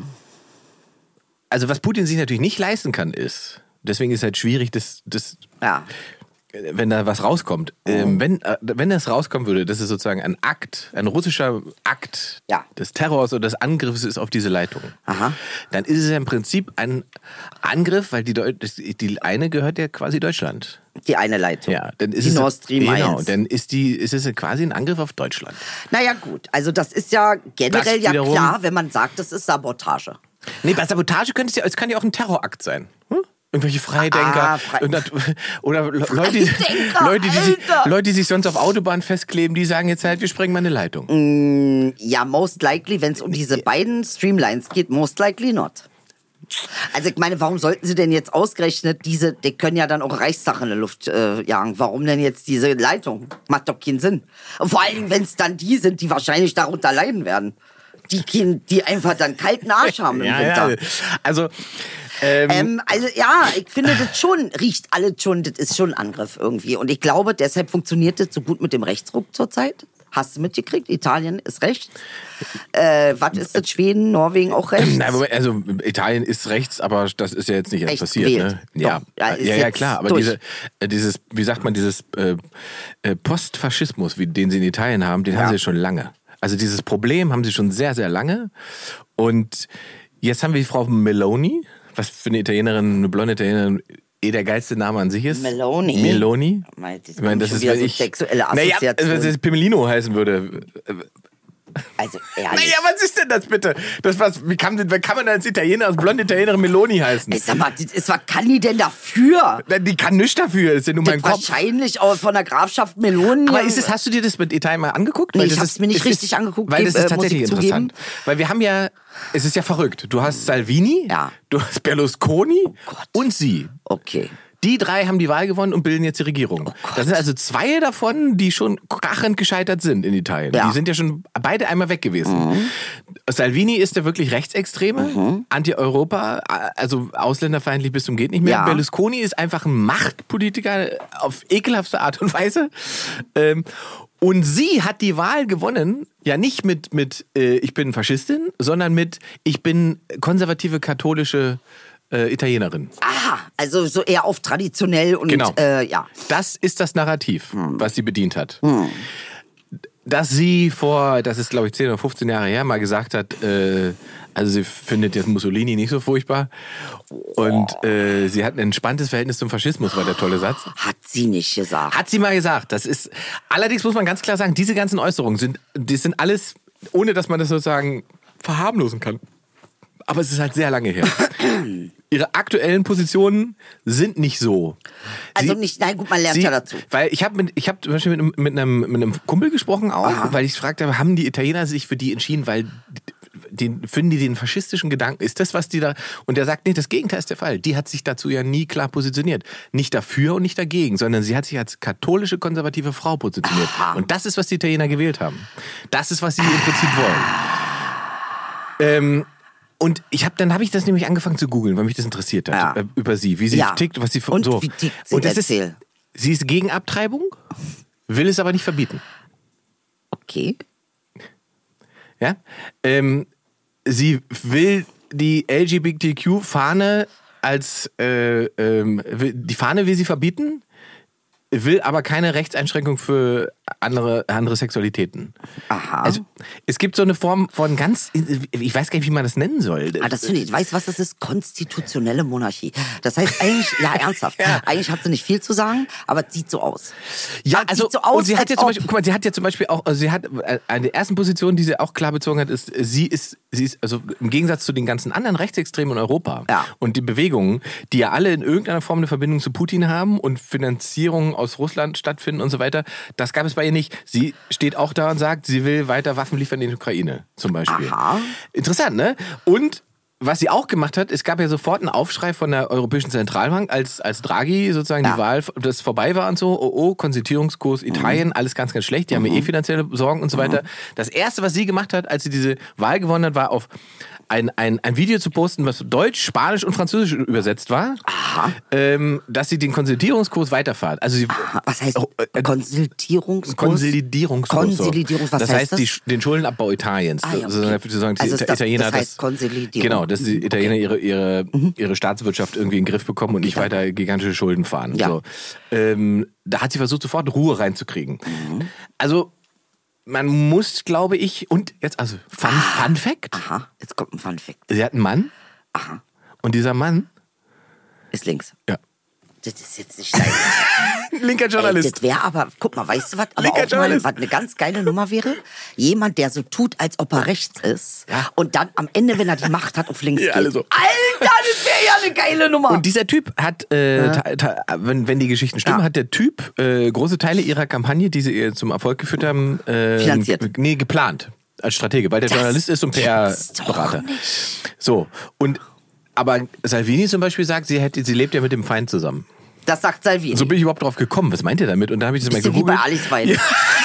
[SPEAKER 2] Also was Putin sich natürlich nicht leisten kann, ist, deswegen ist es halt schwierig, das, das,
[SPEAKER 3] Ja.
[SPEAKER 2] wenn da was rauskommt. Ähm, wenn, äh, wenn das rauskommen würde, dass es sozusagen ein Akt, ein russischer Akt
[SPEAKER 3] Ja.
[SPEAKER 2] des Terrors oder des Angriffs ist auf diese Leitung,
[SPEAKER 3] Aha.
[SPEAKER 2] dann ist es ja im Prinzip ein Angriff, weil die, Deu die eine gehört ja quasi Deutschland.
[SPEAKER 3] Die eine Leitung.
[SPEAKER 2] Ja, dann ist
[SPEAKER 3] die
[SPEAKER 2] es
[SPEAKER 3] Nord Stream
[SPEAKER 2] genau,
[SPEAKER 3] eins.
[SPEAKER 2] dann ist die, ist es ja quasi ein Angriff auf Deutschland.
[SPEAKER 3] Naja gut, also das ist ja generell
[SPEAKER 2] Das
[SPEAKER 3] ja
[SPEAKER 2] wiederum-
[SPEAKER 3] klar, wenn man sagt, das ist Sabotage.
[SPEAKER 2] Nee, bei Sabotage könnte es ja, es kann ja auch ein Terrorakt sein. Hm? Irgendwelche Freidenker
[SPEAKER 3] Ah, Fre-
[SPEAKER 2] und dat- oder Le- Leute, die-
[SPEAKER 3] Freidenker,
[SPEAKER 2] Leute, die sich,
[SPEAKER 3] Alter.
[SPEAKER 2] Leute, die sich sonst auf Autobahnen festkleben, die sagen jetzt halt, wir sprengen mal eine Leitung.
[SPEAKER 3] Ja, most likely, wenn es um diese beiden Streamlines geht, most likely not. Also ich meine, warum sollten sie denn jetzt ausgerechnet diese, die können ja dann auch Reichssachen in der Luft äh, jagen. Warum denn jetzt diese Leitung? Macht doch keinen Sinn. Und vor allen Dingen, wenn es dann die sind, die wahrscheinlich darunter leiden werden. Die, kein- die einfach dann kalten Arsch haben im
[SPEAKER 2] Ja,
[SPEAKER 3] Winter.
[SPEAKER 2] ja. Also, ähm,
[SPEAKER 3] Ähm, also ja, ich finde das schon, riecht alles schon, das ist schon ein Angriff irgendwie. Und ich glaube, deshalb funktioniert das so gut mit dem Rechtsruck zurzeit. Hast du mitgekriegt? Italien ist rechts. Äh, was ist das? Schweden, Norwegen auch rechts?
[SPEAKER 2] nein, Moment, also Italien ist rechts, aber das ist ja jetzt nicht erst
[SPEAKER 3] Echt
[SPEAKER 2] passiert.
[SPEAKER 3] gewählt.
[SPEAKER 2] Ne? Ja,
[SPEAKER 3] Doch. Ja,
[SPEAKER 2] ja,
[SPEAKER 3] ist
[SPEAKER 2] ja,
[SPEAKER 3] jetzt
[SPEAKER 2] klar. Aber
[SPEAKER 3] durch.
[SPEAKER 2] diese, äh, dieses, wie sagt man, dieses äh, äh, Postfaschismus, wie, den sie in Italien haben, den
[SPEAKER 3] Ja.
[SPEAKER 2] haben sie schon lange. Also dieses Problem haben sie schon sehr, sehr lange. Und jetzt haben wir die Frau Meloni, was für eine Italienerin, eine blonde Italienerin, eh der geilste Name an sich ist.
[SPEAKER 3] Meloni?
[SPEAKER 2] Meloni.
[SPEAKER 3] Meint, das
[SPEAKER 2] Ich meine, das
[SPEAKER 3] schon
[SPEAKER 2] ist,
[SPEAKER 3] wieder
[SPEAKER 2] wenn
[SPEAKER 3] so
[SPEAKER 2] ich...
[SPEAKER 3] sexuelle
[SPEAKER 2] Naja,
[SPEAKER 3] Assoziation.
[SPEAKER 2] wenn es Pimelino heißen würde.
[SPEAKER 3] Also ehrlich.
[SPEAKER 2] Naja, was ist denn das bitte? Das was, wie kann, wie kann man als Italiener, als blonde Italienerin Meloni heißen?
[SPEAKER 3] Ich sag mal, das ist, was kann die denn dafür?
[SPEAKER 2] Die kann nichts dafür, das ist ja nur mein
[SPEAKER 3] Das
[SPEAKER 2] Kopf.
[SPEAKER 3] wahrscheinlich auch von der Grafschaft Meloni.
[SPEAKER 2] Aber ist es, hast du dir das mit Italien mal angeguckt?
[SPEAKER 3] Nee,
[SPEAKER 2] Weil
[SPEAKER 3] ich
[SPEAKER 2] das
[SPEAKER 3] hab's
[SPEAKER 2] ist-
[SPEAKER 3] mir nicht
[SPEAKER 2] es
[SPEAKER 3] richtig
[SPEAKER 2] ist,
[SPEAKER 3] angeguckt,
[SPEAKER 2] Weil das
[SPEAKER 3] geb-
[SPEAKER 2] ist
[SPEAKER 3] äh, muss
[SPEAKER 2] tatsächlich
[SPEAKER 3] ich zugeben.
[SPEAKER 2] interessant. Weil wir haben ja, es ist ja verrückt. Du hast Salvini,
[SPEAKER 3] Ja.
[SPEAKER 2] du hast Berlusconi
[SPEAKER 3] Gott.
[SPEAKER 2] und sie.
[SPEAKER 3] Okay.
[SPEAKER 2] Die drei haben die Wahl gewonnen und bilden jetzt die Regierung.
[SPEAKER 3] Oh
[SPEAKER 2] das sind also zwei davon, die schon krachend gescheitert sind in Italien.
[SPEAKER 3] Ja.
[SPEAKER 2] Die sind ja schon beide einmal weg gewesen.
[SPEAKER 3] Mhm.
[SPEAKER 2] Salvini ist der wirklich Rechtsextreme,
[SPEAKER 3] Mhm.
[SPEAKER 2] Anti-Europa, also ausländerfeindlich bis zum geht nicht mehr.
[SPEAKER 3] Ja.
[SPEAKER 2] Berlusconi ist einfach ein Machtpolitiker auf ekelhafte Art und Weise. Ähm, und sie hat die Wahl gewonnen, ja nicht mit, mit äh, ich bin Faschistin, sondern mit ich bin konservative katholische äh, Italienerin.
[SPEAKER 3] Aha, also so eher auf traditionell und
[SPEAKER 2] Genau.
[SPEAKER 3] äh, ja.
[SPEAKER 2] Das ist das Narrativ, was sie bedient hat. Dass sie vor, das ist glaube ich zehn oder fünfzehn Jahre her, mal gesagt hat, äh, also sie findet jetzt Mussolini nicht so furchtbar und äh, sie hat ein entspanntes Verhältnis zum Faschismus, war der tolle Satz.
[SPEAKER 3] Hat sie nicht gesagt.
[SPEAKER 2] Hat sie mal gesagt. Das ist, allerdings muss man ganz klar sagen, diese ganzen Äußerungen sind, die sind alles, ohne dass man das sozusagen verharmlosen kann. Aber es ist halt sehr lange her. Ihre aktuellen Positionen sind nicht so.
[SPEAKER 3] Also
[SPEAKER 2] Sie-
[SPEAKER 3] nicht, nein, gut, man lernt
[SPEAKER 2] Sie,
[SPEAKER 3] ja dazu.
[SPEAKER 2] Weil ich habe ich hab zum Beispiel mit, einem- mit, einem, mit einem Kumpel gesprochen auch,
[SPEAKER 3] Aha.
[SPEAKER 2] weil ich fragte, haben die Italiener sich für die entschieden, weil den, finden die den faschistischen Gedanken, ist das, was die da... Und der sagt, nee, das Gegenteil ist der Fall. Die hat sich dazu ja nie klar positioniert. Nicht dafür und nicht dagegen, sondern sie hat sich als katholische, konservative Frau positioniert.
[SPEAKER 3] Aha.
[SPEAKER 2] Und das ist, was die Italiener gewählt haben. Das ist, was sie im Prinzip wollen. Ähm... Und ich habe dann habe ich das nämlich angefangen zu googeln, weil mich das interessiert hat,
[SPEAKER 3] Ja.
[SPEAKER 2] äh, über sie, wie sie
[SPEAKER 3] Ja.
[SPEAKER 2] tickt, was sie
[SPEAKER 3] Und
[SPEAKER 2] so.
[SPEAKER 3] wie tickt sie?
[SPEAKER 2] Und das
[SPEAKER 3] Erzähl.
[SPEAKER 2] ist, sie ist gegen Abtreibung, will es aber nicht verbieten.
[SPEAKER 3] Okay.
[SPEAKER 2] Ja? Ähm, sie will die L G B T Q-Fahne als äh, ähm, will- die Fahne will sie verbieten, will aber keine Rechtseinschränkung für andere, andere Sexualitäten.
[SPEAKER 3] Aha.
[SPEAKER 2] Also es gibt so eine Form von ganz, ich weiß gar nicht, wie man das nennen soll.
[SPEAKER 3] Ah, das finde ich, weißt du, was das ist? Konstitutionelle Monarchie. Das heißt eigentlich, ja, ernsthaft,
[SPEAKER 2] Ja.
[SPEAKER 3] eigentlich hat sie nicht viel zu sagen, aber es sieht so aus.
[SPEAKER 2] Ja,
[SPEAKER 3] Es
[SPEAKER 2] also
[SPEAKER 3] sieht so aus,
[SPEAKER 2] und sie hat
[SPEAKER 3] als
[SPEAKER 2] ja zum
[SPEAKER 3] ob-
[SPEAKER 2] Beispiel, guck mal, sie hat ja zum Beispiel auch, also sie hat äh, eine der ersten Positionen, die sie auch klar bezogen hat, ist, sie ist sie ist, also im Gegensatz zu den ganzen anderen Rechtsextremen in Europa
[SPEAKER 3] ja.
[SPEAKER 2] und die Bewegungen, die ja alle in irgendeiner Form eine Verbindung zu Putin haben und Finanzierungen aus Russland stattfinden und so weiter, das gab es bei ihr nicht. Sie steht auch da und sagt, sie will weiter Waffen liefern in die Ukraine zum Beispiel.
[SPEAKER 3] Aha.
[SPEAKER 2] Interessant, ne? Und was sie auch gemacht hat, es gab ja sofort einen Aufschrei von der Europäischen Zentralbank, als, als Draghi sozusagen ja. die Wahl, das vorbei war und so, oh, oh, Konzertierungskurs Italien, mhm. alles ganz, ganz schlecht, die mhm. haben ja eh finanzielle Sorgen und so weiter. Mhm. Das Erste, was sie gemacht hat, als sie diese Wahl gewonnen hat, war auf ein, ein, ein Video zu posten, was Deutsch, Spanisch und Französisch übersetzt war, ähm, dass sie den Konsolidierungskurs weiterfahrt. Also sie,
[SPEAKER 3] Aha. Was heißt äh, Konsolidierungskurs?
[SPEAKER 2] Konsolidierungskurs.
[SPEAKER 3] Konsolidierungs, was
[SPEAKER 2] das
[SPEAKER 3] heißt
[SPEAKER 2] heißt
[SPEAKER 3] das?
[SPEAKER 2] Die, den Schuldenabbau Italiens.
[SPEAKER 3] Ah, ja, okay.
[SPEAKER 2] Sozusagen die
[SPEAKER 3] also
[SPEAKER 2] Ita- Italiener
[SPEAKER 3] das heißt Konsolidierung.
[SPEAKER 2] Genau, dass die Italiener
[SPEAKER 3] okay.
[SPEAKER 2] ihre, ihre,
[SPEAKER 3] mhm.
[SPEAKER 2] ihre Staatswirtschaft irgendwie in den Griff bekommen und nicht
[SPEAKER 3] ja.
[SPEAKER 2] weiter gigantische Schulden fahren.
[SPEAKER 3] Ja.
[SPEAKER 2] So. Ähm, da hat sie versucht, sofort Ruhe reinzukriegen. Mhm. Also man muss, glaube ich, und jetzt, also Fun, ah, Fun Fact.
[SPEAKER 3] Aha, jetzt kommt ein Fun Fact.
[SPEAKER 2] Sie hat einen Mann.
[SPEAKER 3] Aha.
[SPEAKER 2] Und dieser Mann
[SPEAKER 3] ist links.
[SPEAKER 2] Ja.
[SPEAKER 3] Das ist jetzt nicht dein.
[SPEAKER 2] Linker Journalist.
[SPEAKER 3] Ey, das wäre aber, guck mal, weißt du was? Aber
[SPEAKER 2] Linker
[SPEAKER 3] auch mal, was eine ganz geile Nummer wäre? Jemand, der so tut, als ob er rechts ist
[SPEAKER 2] ja.
[SPEAKER 3] und dann am Ende, wenn er die Macht hat, auf links
[SPEAKER 2] ja,
[SPEAKER 3] geht.
[SPEAKER 2] alle so.
[SPEAKER 3] Alter, das wäre ja eine geile Nummer.
[SPEAKER 2] Und dieser Typ hat, äh,
[SPEAKER 3] ja.
[SPEAKER 2] ta, ta, wenn, wenn die Geschichten stimmen, ja. hat der Typ äh, große Teile ihrer Kampagne, die sie ihr zum Erfolg geführt haben, äh,
[SPEAKER 3] finanziert.
[SPEAKER 2] Nee, geplant. Als Stratege, weil der
[SPEAKER 3] das
[SPEAKER 2] Journalist ist und P R-Berater. So, und aber Salvini zum Beispiel sagt, sie, hätte, sie lebt ja mit dem Feind zusammen.
[SPEAKER 3] Das sagt Salvini.
[SPEAKER 2] So bin ich überhaupt drauf gekommen. Was meint ihr damit? Und da habe ich das mal gegoogelt.
[SPEAKER 3] Wie bei Alice Weidel.
[SPEAKER 2] Ja.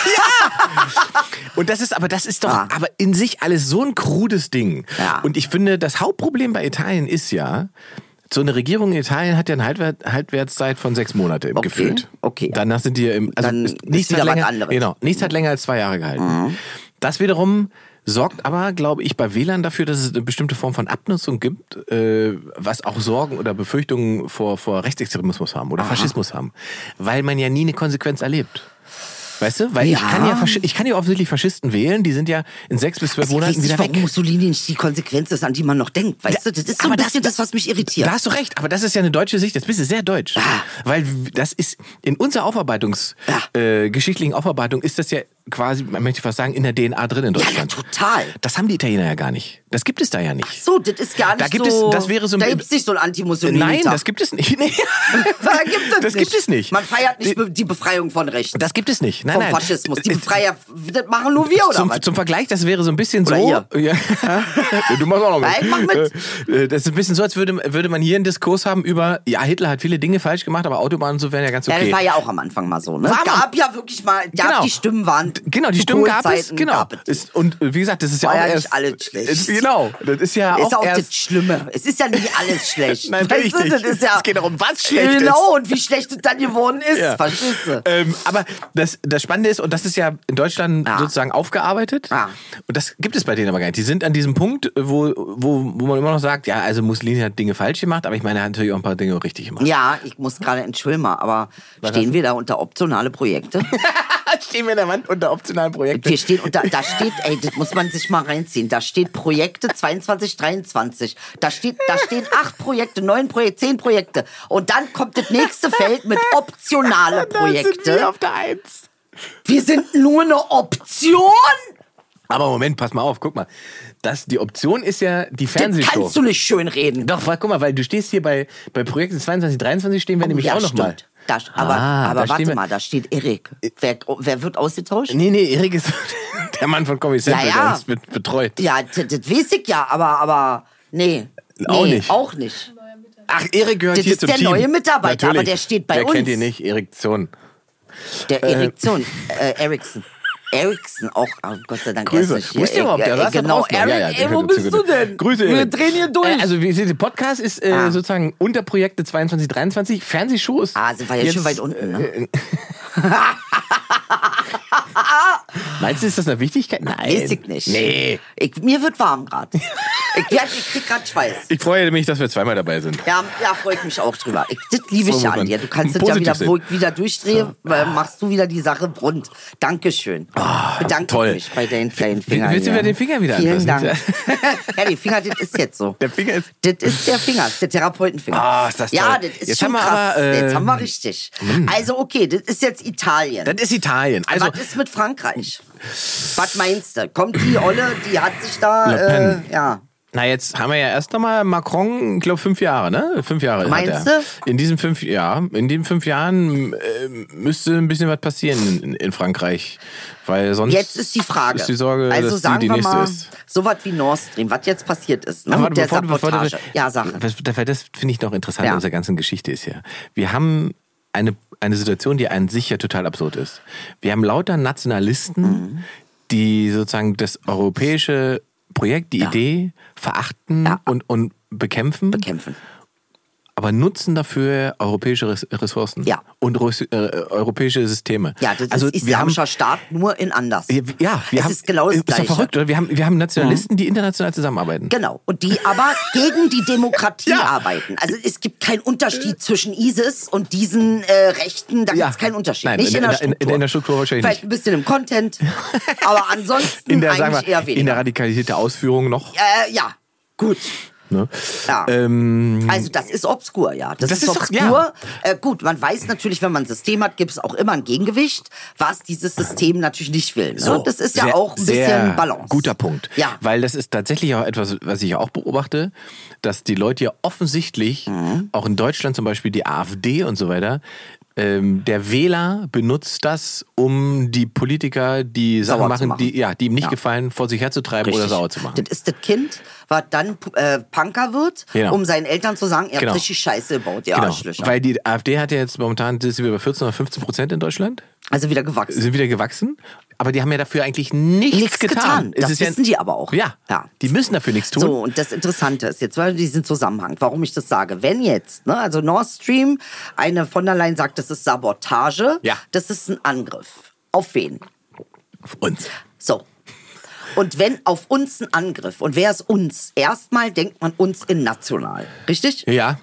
[SPEAKER 2] ja. Und das ist, aber das ist doch, ja. aber in sich alles so ein krudes Ding.
[SPEAKER 3] Ja.
[SPEAKER 2] Und ich finde, das Hauptproblem bei Italien ist ja, so eine Regierung in Italien hat ja eine Halbwert, Halbwertszeit von sechs Monate im
[SPEAKER 3] okay.
[SPEAKER 2] gefühlt.
[SPEAKER 3] Okay.
[SPEAKER 2] Danach sind die im, also
[SPEAKER 3] Dann
[SPEAKER 2] ist,
[SPEAKER 3] ist
[SPEAKER 2] nichts
[SPEAKER 3] wieder
[SPEAKER 2] hat länger,
[SPEAKER 3] was anderes.
[SPEAKER 2] Genau, nichts hat länger als zwei Jahre gehalten. Mhm. Das wiederum sorgt aber, glaube ich, bei Wählern dafür, dass es eine bestimmte Form von Abnutzung gibt, äh, was auch Sorgen oder Befürchtungen vor, vor Rechtsextremismus haben oder Aha. Faschismus haben. Weil man ja nie eine Konsequenz erlebt. Weißt du? Weil
[SPEAKER 3] ja.
[SPEAKER 2] ich kann ja ich kann ja offensichtlich Faschisten wählen, die sind ja in sechs bis zwölf
[SPEAKER 3] also
[SPEAKER 2] Monaten wieder weg.
[SPEAKER 3] Warum Mussolini nicht die Konsequenz ist, an die man noch denkt. Weißt du, das ist so ein bisschen das, das, was mich irritiert.
[SPEAKER 2] Da hast du recht, aber das ist ja eine deutsche Sicht, das bist du sehr deutsch.
[SPEAKER 3] Ah.
[SPEAKER 2] Weil das ist, in unserer Aufarbeitungs,
[SPEAKER 3] ja.
[SPEAKER 2] äh, geschichtlichen Aufarbeitung ist das ja quasi, man möchte fast sagen, in der D N A drin in Deutschland.
[SPEAKER 3] Ja, ja, total.
[SPEAKER 2] Das haben die Italiener ja gar nicht. Das gibt es da ja nicht.
[SPEAKER 3] Ach so, das ist gar nicht
[SPEAKER 2] da gibt
[SPEAKER 3] so...
[SPEAKER 2] Es, das wäre so,
[SPEAKER 3] da gibt es nicht so ein Anti-Mussolini.
[SPEAKER 2] Nein, das gibt es nicht. Nee.
[SPEAKER 3] da gibt es
[SPEAKER 2] das
[SPEAKER 3] nicht.
[SPEAKER 2] gibt es nicht.
[SPEAKER 3] Man feiert nicht die Befreiung von rechts.
[SPEAKER 2] Das gibt es nicht. Nein,
[SPEAKER 3] Vom
[SPEAKER 2] nein.
[SPEAKER 3] Faschismus. Die Befreier, das machen nur wir, oder
[SPEAKER 2] zum,
[SPEAKER 3] was?
[SPEAKER 2] Zum Vergleich, das wäre so ein bisschen
[SPEAKER 3] oder
[SPEAKER 2] so...
[SPEAKER 3] Ihr.
[SPEAKER 2] Ja. Du machst auch noch mit.
[SPEAKER 3] Nein, ich mach mit.
[SPEAKER 2] Das ist ein bisschen so, als würde, würde man hier einen Diskurs haben über, ja, Hitler hat viele Dinge falsch gemacht, aber Autobahnen und so wären ja ganz okay.
[SPEAKER 3] Ja, das war ja auch am Anfang mal so. Ne?
[SPEAKER 2] War
[SPEAKER 3] gab ja wirklich mal, gab
[SPEAKER 2] genau.
[SPEAKER 3] die Stimmen waren...
[SPEAKER 2] Genau, die Stimmen gab es. Genau.
[SPEAKER 3] Gab es.
[SPEAKER 2] Ist, und wie gesagt, das ist ja
[SPEAKER 3] war
[SPEAKER 2] auch
[SPEAKER 3] ja
[SPEAKER 2] erst...
[SPEAKER 3] nicht alles schlecht.
[SPEAKER 2] Ist, genau, das ist ja
[SPEAKER 3] ist
[SPEAKER 2] auch,
[SPEAKER 3] auch
[SPEAKER 2] erst...
[SPEAKER 3] das Schlimme. Es ist ja nicht alles schlecht.
[SPEAKER 2] Nein, natürlich
[SPEAKER 3] weißt du,
[SPEAKER 2] nicht.
[SPEAKER 3] Das ist ja,
[SPEAKER 2] es geht darum, was schlecht
[SPEAKER 3] genau,
[SPEAKER 2] ist.
[SPEAKER 3] und wie schlecht es dann geworden ist.
[SPEAKER 2] Ja.
[SPEAKER 3] Verstehst du?
[SPEAKER 2] Ähm, aber das, das Spannende ist, und das ist ja in Deutschland
[SPEAKER 3] ja.
[SPEAKER 2] sozusagen aufgearbeitet,
[SPEAKER 3] ja.
[SPEAKER 2] und das gibt es bei denen aber gar nicht. Die sind an diesem Punkt, wo, wo, wo man immer noch sagt, ja, also Mussolini hat Dinge falsch gemacht, aber ich meine, er hat natürlich auch ein paar Dinge richtig gemacht.
[SPEAKER 3] Ja, ich muss gerade, entschuldigen mal, aber was stehen wir da unter optionale Projekte?
[SPEAKER 2] Stehen wir in der Wand unter optionalen Projekte?
[SPEAKER 3] Wir stehen unter, da steht, ey, das muss man sich mal reinziehen, da steht Projekte zweiundzwanzig, dreiundzwanzig. Da steht, da stehen acht Projekte, neun Projekte, zehn Projekte. Und dann kommt das nächste Feld mit optionale Projekte.
[SPEAKER 2] Da sind wir auf der Eins.
[SPEAKER 3] Wir sind nur eine Option?
[SPEAKER 2] Aber Moment, pass mal auf, guck mal. Das, die Option ist ja die Fernsehshow.
[SPEAKER 3] Das kannst du nicht schön reden.
[SPEAKER 2] Doch, guck mal, weil du stehst hier bei, bei Projekten zweiundzwanzig, dreiundzwanzig stehen wir
[SPEAKER 3] oh,
[SPEAKER 2] nämlich
[SPEAKER 3] ja,
[SPEAKER 2] auch noch
[SPEAKER 3] stimmt.
[SPEAKER 2] mal.
[SPEAKER 3] Da, aber
[SPEAKER 2] ah,
[SPEAKER 3] aber
[SPEAKER 2] da
[SPEAKER 3] warte
[SPEAKER 2] wir,
[SPEAKER 3] mal, da steht Erik. Wer, wer wird ausgetauscht?
[SPEAKER 2] Nee, nee, Erik ist der Mann von Comedy Central,
[SPEAKER 3] ja, ja.
[SPEAKER 2] der uns bet- betreut.
[SPEAKER 3] Ja, das, das weiß ich ja, aber, aber nee.
[SPEAKER 2] Auch
[SPEAKER 3] nee,
[SPEAKER 2] nicht.
[SPEAKER 3] Auch nicht.
[SPEAKER 2] Ach, Erik gehört
[SPEAKER 3] das
[SPEAKER 2] hier
[SPEAKER 3] ist
[SPEAKER 2] zum
[SPEAKER 3] der
[SPEAKER 2] Team.
[SPEAKER 3] neue Mitarbeiter,
[SPEAKER 2] Natürlich.
[SPEAKER 3] aber der steht bei
[SPEAKER 2] der
[SPEAKER 3] uns.
[SPEAKER 2] Der kennt ihn nicht, Erektion.
[SPEAKER 3] Der Erektion, äh, Eriksen. Eriksen, auch, oh Gott sei Dank.
[SPEAKER 2] Grüße.
[SPEAKER 3] Nicht
[SPEAKER 2] Wo ist der überhaupt? Der saß
[SPEAKER 3] genau,
[SPEAKER 2] da draußen.
[SPEAKER 3] Erik,
[SPEAKER 2] Ja, ja,
[SPEAKER 3] ey, wo bist du denn?
[SPEAKER 2] Grüße,
[SPEAKER 3] Wir
[SPEAKER 2] Erik.
[SPEAKER 3] drehen hier durch.
[SPEAKER 2] Äh, also, wie seht ihr, Podcast ist äh,
[SPEAKER 3] ah.
[SPEAKER 2] sozusagen unter Projekte zweiundzwanzig, dreiundzwanzig. Fernsehshow ist.
[SPEAKER 3] Ah, sind wir jetzt, jetzt schon weit unten, ne?
[SPEAKER 2] Äh, Meinst du, ist das eine Wichtigkeit? Nein.
[SPEAKER 3] Weiß ich nicht.
[SPEAKER 2] Nee.
[SPEAKER 3] Ich, mir wird warm gerade. Ich, werd- ich krieg gerade Schweiß.
[SPEAKER 2] Ich freue mich, dass wir zweimal dabei sind.
[SPEAKER 3] Ja, ja, freue ich mich auch drüber. Ich, das liebe ich
[SPEAKER 2] So
[SPEAKER 3] ja
[SPEAKER 2] muss
[SPEAKER 3] an
[SPEAKER 2] man
[SPEAKER 3] dir. Du kannst das
[SPEAKER 2] positiv
[SPEAKER 3] ja wieder,
[SPEAKER 2] sehen.
[SPEAKER 3] wo ich wieder durchdrehe, äh, machst du wieder die Sache rund. Dankeschön.
[SPEAKER 2] Ah,
[SPEAKER 3] Bedanke
[SPEAKER 2] toll.
[SPEAKER 3] mich bei deinen kleinen Fingern.
[SPEAKER 2] Willst du
[SPEAKER 3] hier.
[SPEAKER 2] mir den Finger wieder
[SPEAKER 3] Vielen
[SPEAKER 2] anfassen?
[SPEAKER 3] Dank. Ja, die Finger, das ist jetzt so.
[SPEAKER 2] Der Finger ist.
[SPEAKER 3] Das ist der Finger, das ist der Therapeutenfinger.
[SPEAKER 2] Ah, ist das toll.
[SPEAKER 3] Ja, das ist
[SPEAKER 2] Jetzt
[SPEAKER 3] schon
[SPEAKER 2] haben wir
[SPEAKER 3] krass.
[SPEAKER 2] aber, äh,
[SPEAKER 3] jetzt haben wir richtig. Also okay, das ist jetzt Italien.
[SPEAKER 2] Das ist Italien. Also,
[SPEAKER 3] was ist mit Frankreich? Was meinst du? Kommt die Olle, die hat sich da,
[SPEAKER 2] Le Pen.
[SPEAKER 3] äh, ja...
[SPEAKER 2] Na, jetzt haben wir ja erst nochmal Macron, ich glaube, fünf Jahre, ne? Fünf Jahre.
[SPEAKER 3] Meinst
[SPEAKER 2] hat er.
[SPEAKER 3] du?
[SPEAKER 2] In diesen fünf, ja, in den fünf Jahren äh, müsste ein bisschen was passieren in, in Frankreich. Weil sonst
[SPEAKER 3] Jetzt ist die Frage.
[SPEAKER 2] Ist die Sorge,
[SPEAKER 3] also
[SPEAKER 2] dass
[SPEAKER 3] sagen
[SPEAKER 2] die, die
[SPEAKER 3] wir
[SPEAKER 2] nächste
[SPEAKER 3] mal,
[SPEAKER 2] ist.
[SPEAKER 3] so was wie Nord Stream, was jetzt passiert ist, ne?
[SPEAKER 2] Aber
[SPEAKER 3] Mit der
[SPEAKER 2] bevor, du- bevor,
[SPEAKER 3] Sabotage.
[SPEAKER 2] du-
[SPEAKER 3] ja, Sache.
[SPEAKER 2] Das, das, das finde ich noch interessant
[SPEAKER 3] Ja.
[SPEAKER 2] an unserer ganzen Geschichte ist ja. Wir haben eine, eine Situation, die an sich ja total absurd ist. Wir haben lauter Nationalisten,
[SPEAKER 3] Mhm.
[SPEAKER 2] die sozusagen das europäische Projekt, die
[SPEAKER 3] Ja.
[SPEAKER 2] Idee verachten
[SPEAKER 3] Ja.
[SPEAKER 2] und, und bekämpfen.
[SPEAKER 3] Bekämpfen.
[SPEAKER 2] Aber nutzen dafür europäische Res- Ressourcen
[SPEAKER 3] Ja.
[SPEAKER 2] und Res- äh, europäische Systeme.
[SPEAKER 3] Ja, das
[SPEAKER 2] also
[SPEAKER 3] ist islamischer Staat, nur in anders.
[SPEAKER 2] Wir haben, ja, wir
[SPEAKER 3] es
[SPEAKER 2] haben,
[SPEAKER 3] ist genau das
[SPEAKER 2] ist doch
[SPEAKER 3] Gleiche.
[SPEAKER 2] verrückt, oder? Wir haben, wir haben Nationalisten, die international zusammenarbeiten.
[SPEAKER 3] Genau. Und die aber gegen die Demokratie
[SPEAKER 2] Ja.
[SPEAKER 3] arbeiten. Also es gibt keinen Unterschied zwischen ISIS und diesen äh, Rechten. Da
[SPEAKER 2] Ja.
[SPEAKER 3] gibt es keinen Unterschied.
[SPEAKER 2] Nein,
[SPEAKER 3] nicht
[SPEAKER 2] in-
[SPEAKER 3] in, der
[SPEAKER 2] in-
[SPEAKER 3] Struktur.
[SPEAKER 2] in- in der Struktur wahrscheinlich
[SPEAKER 3] Vielleicht
[SPEAKER 2] nicht.
[SPEAKER 3] ein bisschen im Content. aber ansonsten
[SPEAKER 2] In der, sagen
[SPEAKER 3] eigentlich
[SPEAKER 2] wir,
[SPEAKER 3] eher weniger.
[SPEAKER 2] in der radikalisierte Ausführung noch.
[SPEAKER 3] äh, ja, gut.
[SPEAKER 2] Ne?
[SPEAKER 3] Ja.
[SPEAKER 2] Ähm,
[SPEAKER 3] Also das ist obskur, ja. Das,
[SPEAKER 2] Das
[SPEAKER 3] ist,
[SPEAKER 2] ist doch-
[SPEAKER 3] obskur.
[SPEAKER 2] ja.
[SPEAKER 3] Äh, gut, man weiß natürlich, wenn man ein System hat, gibt es auch immer ein Gegengewicht, was dieses System natürlich nicht will. Ne?
[SPEAKER 2] So,
[SPEAKER 3] das ist ja
[SPEAKER 2] sehr-
[SPEAKER 3] auch ein
[SPEAKER 2] sehr
[SPEAKER 3] bisschen Balance.
[SPEAKER 2] Guter Punkt.
[SPEAKER 3] Ja.
[SPEAKER 2] Weil das ist tatsächlich auch etwas, was ich auch beobachte, dass die Leute ja offensichtlich,
[SPEAKER 3] Mhm.
[SPEAKER 2] auch in Deutschland zum Beispiel die AfD und so weiter, ähm, der Wähler benutzt das, um die Politiker, die Sachen
[SPEAKER 3] Sauer zu
[SPEAKER 2] machen,
[SPEAKER 3] machen.
[SPEAKER 2] Die, ja, die ihm nicht
[SPEAKER 3] Ja.
[SPEAKER 2] gefallen, vor sich herzutreiben oder sauer zu machen.
[SPEAKER 3] Das ist das Kind, was dann äh, Punker wird,
[SPEAKER 2] Genau.
[SPEAKER 3] um seinen Eltern zu sagen, ihr
[SPEAKER 2] Genau.
[SPEAKER 3] habt richtig Scheiße gebaut, ihr
[SPEAKER 2] Genau,
[SPEAKER 3] Arschlöcher.
[SPEAKER 2] weil die AfD hat ja jetzt momentan, sind wir bei vierzehn oder fünfzehn Prozent in Deutschland,
[SPEAKER 3] also wieder gewachsen.
[SPEAKER 2] sind wieder gewachsen, aber die haben ja dafür eigentlich nichts,
[SPEAKER 3] Nichts
[SPEAKER 2] getan.
[SPEAKER 3] getan.
[SPEAKER 2] Es
[SPEAKER 3] Das
[SPEAKER 2] ist ja-
[SPEAKER 3] wissen die aber auch.
[SPEAKER 2] Ja,
[SPEAKER 3] Ja.
[SPEAKER 2] die müssen dafür nichts tun.
[SPEAKER 3] So, und das Interessante ist jetzt, weil diesen Zusammenhang, warum ich das sage. Wenn jetzt, ne, also Nord Stream, eine von der Leyen sagt, das ist Sabotage,
[SPEAKER 2] Ja.
[SPEAKER 3] das ist ein Angriff. Auf wen?
[SPEAKER 2] Auf uns.
[SPEAKER 3] So. Und wenn auf uns ein Angriff, und wer ist uns? Erstmal denkt man uns in national. Richtig?
[SPEAKER 2] Ja.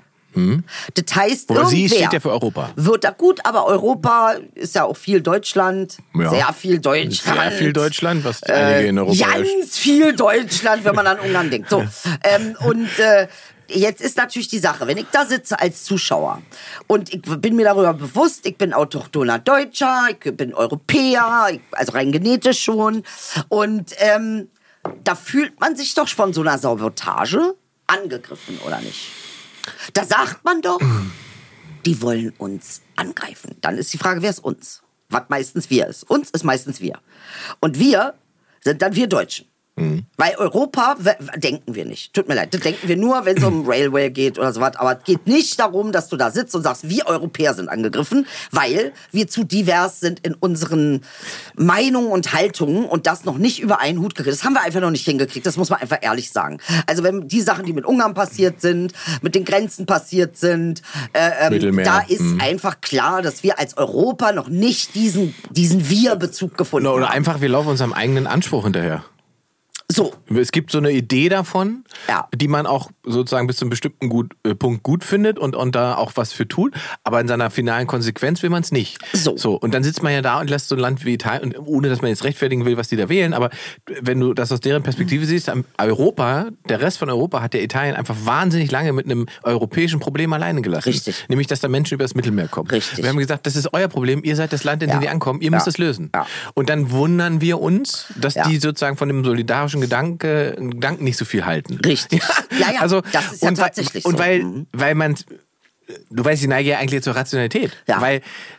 [SPEAKER 3] Das heißt,
[SPEAKER 2] Aber sie
[SPEAKER 3] irgendwer
[SPEAKER 2] steht ja für Europa.
[SPEAKER 3] Wird da gut, aber Europa ist ja auch viel Deutschland.
[SPEAKER 2] Ja.
[SPEAKER 3] Sehr viel Deutschland.
[SPEAKER 2] Sehr viel Deutschland, was einige in Europa
[SPEAKER 3] Ganz viel Deutschland, wenn man an Ungarn denkt. So. ähm, und äh, jetzt ist natürlich die Sache, wenn ich da sitze als Zuschauer und ich bin mir darüber bewusst, ich bin autochthoner Deutscher, ich bin Europäer, ich, also rein genetisch schon. Und ähm, da fühlt man sich doch von so einer Sabotage angegriffen, oder nicht? Da sagt man doch, die wollen uns angreifen. Dann ist die Frage, wer ist uns? Was meistens wir ist. Uns ist meistens wir. Und wir sind dann wir Deutschen. Mhm. Weil Europa w- denken wir nicht. Tut mir leid. Das denken wir nur, wenn es um Railway geht oder sowas. Aber es geht nicht darum, dass du da sitzt und sagst, wir Europäer sind angegriffen, weil wir zu divers sind in unseren Meinungen und Haltungen und das noch nicht über einen Hut gekriegt. Das haben wir einfach noch nicht hingekriegt. Das muss man einfach ehrlich sagen. Also wenn die Sachen, die mit Ungarn passiert sind, mit den Grenzen passiert sind, äh, ähm,
[SPEAKER 2] Mittelmeer.
[SPEAKER 3] da ist
[SPEAKER 2] Mhm.
[SPEAKER 3] einfach klar, dass wir als Europa noch nicht diesen, diesen Wir-Bezug gefunden
[SPEAKER 2] Oder
[SPEAKER 3] haben.
[SPEAKER 2] einfach, wir laufen unserem eigenen Anspruch hinterher.
[SPEAKER 3] So.
[SPEAKER 2] Es gibt so eine Idee davon,
[SPEAKER 3] Ja.
[SPEAKER 2] die man auch sozusagen bis zu einem bestimmten gut, äh, Punkt gut findet und, und da auch was für tut, aber in seiner finalen Konsequenz will man es nicht.
[SPEAKER 3] So.
[SPEAKER 2] so. Und dann sitzt man ja da und lässt so ein Land wie Italien, und ohne dass man jetzt rechtfertigen will, was die da wählen, aber wenn du das aus deren Perspektive siehst, am- Europa, der Rest von Europa hat der Italien einfach wahnsinnig lange mit einem europäischen Problem alleine gelassen.
[SPEAKER 3] Richtig.
[SPEAKER 2] Nämlich, dass da Menschen übers Mittelmeer kommen.
[SPEAKER 3] Richtig.
[SPEAKER 2] Wir haben gesagt, das ist euer Problem, ihr seid das Land, in
[SPEAKER 3] Ja.
[SPEAKER 2] dem die ankommen, ihr müsst
[SPEAKER 3] Ja.
[SPEAKER 2] es lösen.
[SPEAKER 3] Ja.
[SPEAKER 2] Und dann wundern wir uns, dass
[SPEAKER 3] Ja.
[SPEAKER 2] die sozusagen von dem solidarischen Gedanke, Gedanken nicht so viel halten.
[SPEAKER 3] Richtig. Ja, ja,
[SPEAKER 2] also,
[SPEAKER 3] das ist ja
[SPEAKER 2] und weil-
[SPEAKER 3] tatsächlich
[SPEAKER 2] Und
[SPEAKER 3] so.
[SPEAKER 2] weil,
[SPEAKER 3] Mhm.
[SPEAKER 2] weil man, du weißt, ich neige ja eigentlich zur Rationalität.
[SPEAKER 3] Ja.
[SPEAKER 2] Weil,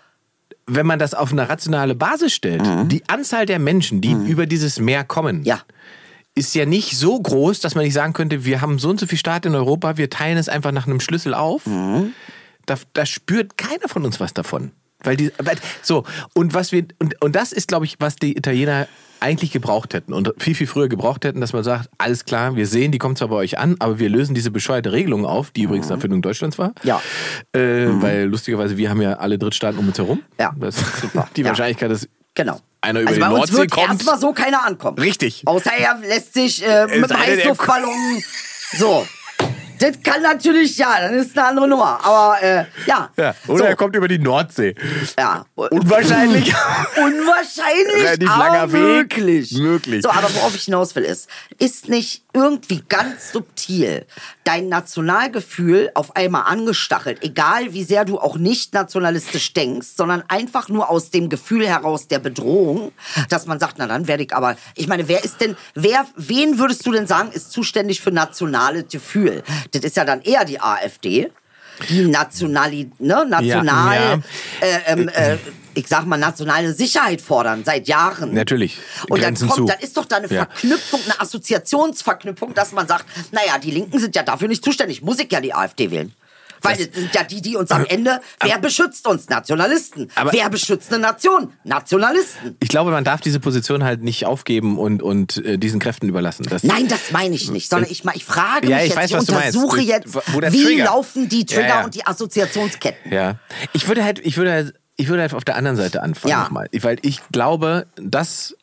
[SPEAKER 2] wenn man das auf eine rationale Basis stellt, die Anzahl der Menschen, die über dieses Meer kommen,
[SPEAKER 3] Mhm. Ja.
[SPEAKER 2] ist ja nicht so groß, dass man nicht sagen könnte, wir haben so und so viel Staat in Europa, wir teilen es einfach nach einem Schlüssel auf.
[SPEAKER 3] Mhm.
[SPEAKER 2] Da, da spürt keiner von uns was davon. Weil die, weil, so, und was wir, und, und das ist, glaube ich, was die Italiener eigentlich gebraucht hätten und viel, viel früher gebraucht hätten, dass man sagt, alles klar, wir sehen, die kommt zwar bei euch an, aber wir lösen diese bescheuerte Regelung auf, die übrigens eine Erfindung Deutschlands war.
[SPEAKER 3] Ja.
[SPEAKER 2] Äh, Weil lustigerweise, wir haben ja alle Drittstaaten um uns herum.
[SPEAKER 3] Ja.
[SPEAKER 2] Das,
[SPEAKER 3] Super.
[SPEAKER 2] die
[SPEAKER 3] Ja.
[SPEAKER 2] Wahrscheinlichkeit, dass
[SPEAKER 3] Genau.
[SPEAKER 2] einer über
[SPEAKER 3] also
[SPEAKER 2] die
[SPEAKER 3] bei uns
[SPEAKER 2] Nordsee
[SPEAKER 3] wird
[SPEAKER 2] kommt.
[SPEAKER 3] erstmal so keiner ankommen.
[SPEAKER 2] Richtig.
[SPEAKER 3] Außer er lässt sich äh, mit dem
[SPEAKER 2] sei denn, er-
[SPEAKER 3] Heißluftballon. So. Das kann natürlich, ja, dann ist eine andere Nummer. Aber äh, ja.
[SPEAKER 2] ja. Oder
[SPEAKER 3] so.
[SPEAKER 2] er kommt über die Nordsee.
[SPEAKER 3] Ja.
[SPEAKER 2] Unwahrscheinlich.
[SPEAKER 3] Unwahrscheinlich,
[SPEAKER 2] Relativ
[SPEAKER 3] aber
[SPEAKER 2] langer Weg.
[SPEAKER 3] möglich.
[SPEAKER 2] Möglich.
[SPEAKER 3] So, aber worauf ich hinaus will ist, ist nicht irgendwie ganz subtil dein Nationalgefühl auf einmal angestachelt, egal wie sehr du auch nicht nationalistisch denkst, sondern einfach nur aus dem Gefühl heraus der Bedrohung, dass man sagt, na dann werde ich aber, ich meine, wer ist denn, wer, wen würdest du denn sagen, ist zuständig für nationales Gefühl? Das ist ja dann eher die AfD, die nationali, ne, national,
[SPEAKER 2] Ja, ja.
[SPEAKER 3] Äh, ähm, äh, ich sag mal, nationale Sicherheit fordern, seit Jahren.
[SPEAKER 2] Natürlich.
[SPEAKER 3] Und dann
[SPEAKER 2] Grenzen
[SPEAKER 3] kommt,
[SPEAKER 2] zu.
[SPEAKER 3] dann ist doch da eine
[SPEAKER 2] Ja.
[SPEAKER 3] Verknüpfung, eine Assoziationsverknüpfung, dass man sagt, naja, die Linken sind ja dafür nicht zuständig, muss ich ja die AfD wählen. Weil das sind ja die, die uns am Ende, wer beschützt uns? Nationalisten.
[SPEAKER 2] Aber-
[SPEAKER 3] Wer beschützt eine Nation? Nationalisten.
[SPEAKER 2] Ich glaube, man darf diese Position halt nicht aufgeben und, und äh, diesen Kräften überlassen. Das
[SPEAKER 3] Nein, das meine ich nicht, sondern ich, ma- ich frage
[SPEAKER 2] Ja,
[SPEAKER 3] mich
[SPEAKER 2] ich
[SPEAKER 3] jetzt,
[SPEAKER 2] weiß,
[SPEAKER 3] ich
[SPEAKER 2] was du meinst.
[SPEAKER 3] untersuche jetzt,
[SPEAKER 2] Wo der
[SPEAKER 3] wie
[SPEAKER 2] Trigger-
[SPEAKER 3] laufen die Trigger
[SPEAKER 2] Ja, ja.
[SPEAKER 3] und die Assoziationsketten.
[SPEAKER 2] Ja. Ich würde halt, ich würde halt, ich würde halt auf der anderen Seite anfangen
[SPEAKER 3] Ja.
[SPEAKER 2] nochmal. Weil ich glaube, dass,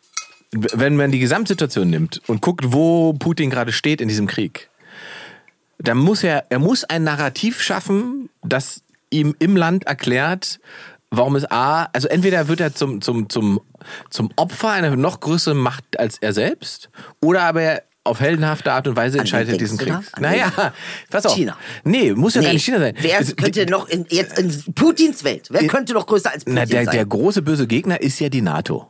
[SPEAKER 2] wenn man die Gesamtsituation nimmt und guckt, wo Putin gerade steht in diesem Krieg, dann muss er, er muss ein Narrativ schaffen, das ihm im Land erklärt, warum es A, also entweder wird er zum, zum, zum, zum Opfer einer noch größeren Macht als er selbst, oder aber er auf heldenhafte Art und Weise
[SPEAKER 3] An
[SPEAKER 2] entscheidet
[SPEAKER 3] wen
[SPEAKER 2] diesen
[SPEAKER 3] denkst
[SPEAKER 2] Krieg.
[SPEAKER 3] du da? An
[SPEAKER 2] Naja, pass auf.
[SPEAKER 3] China.
[SPEAKER 2] Nee, muss ja gar nicht China sein.
[SPEAKER 3] Wer
[SPEAKER 2] Es-
[SPEAKER 3] könnte noch in, jetzt in Putins Welt? Wer könnte noch größer als Putin
[SPEAKER 2] Na, der,
[SPEAKER 3] sein?
[SPEAKER 2] der große böse Gegner ist ja die NATO.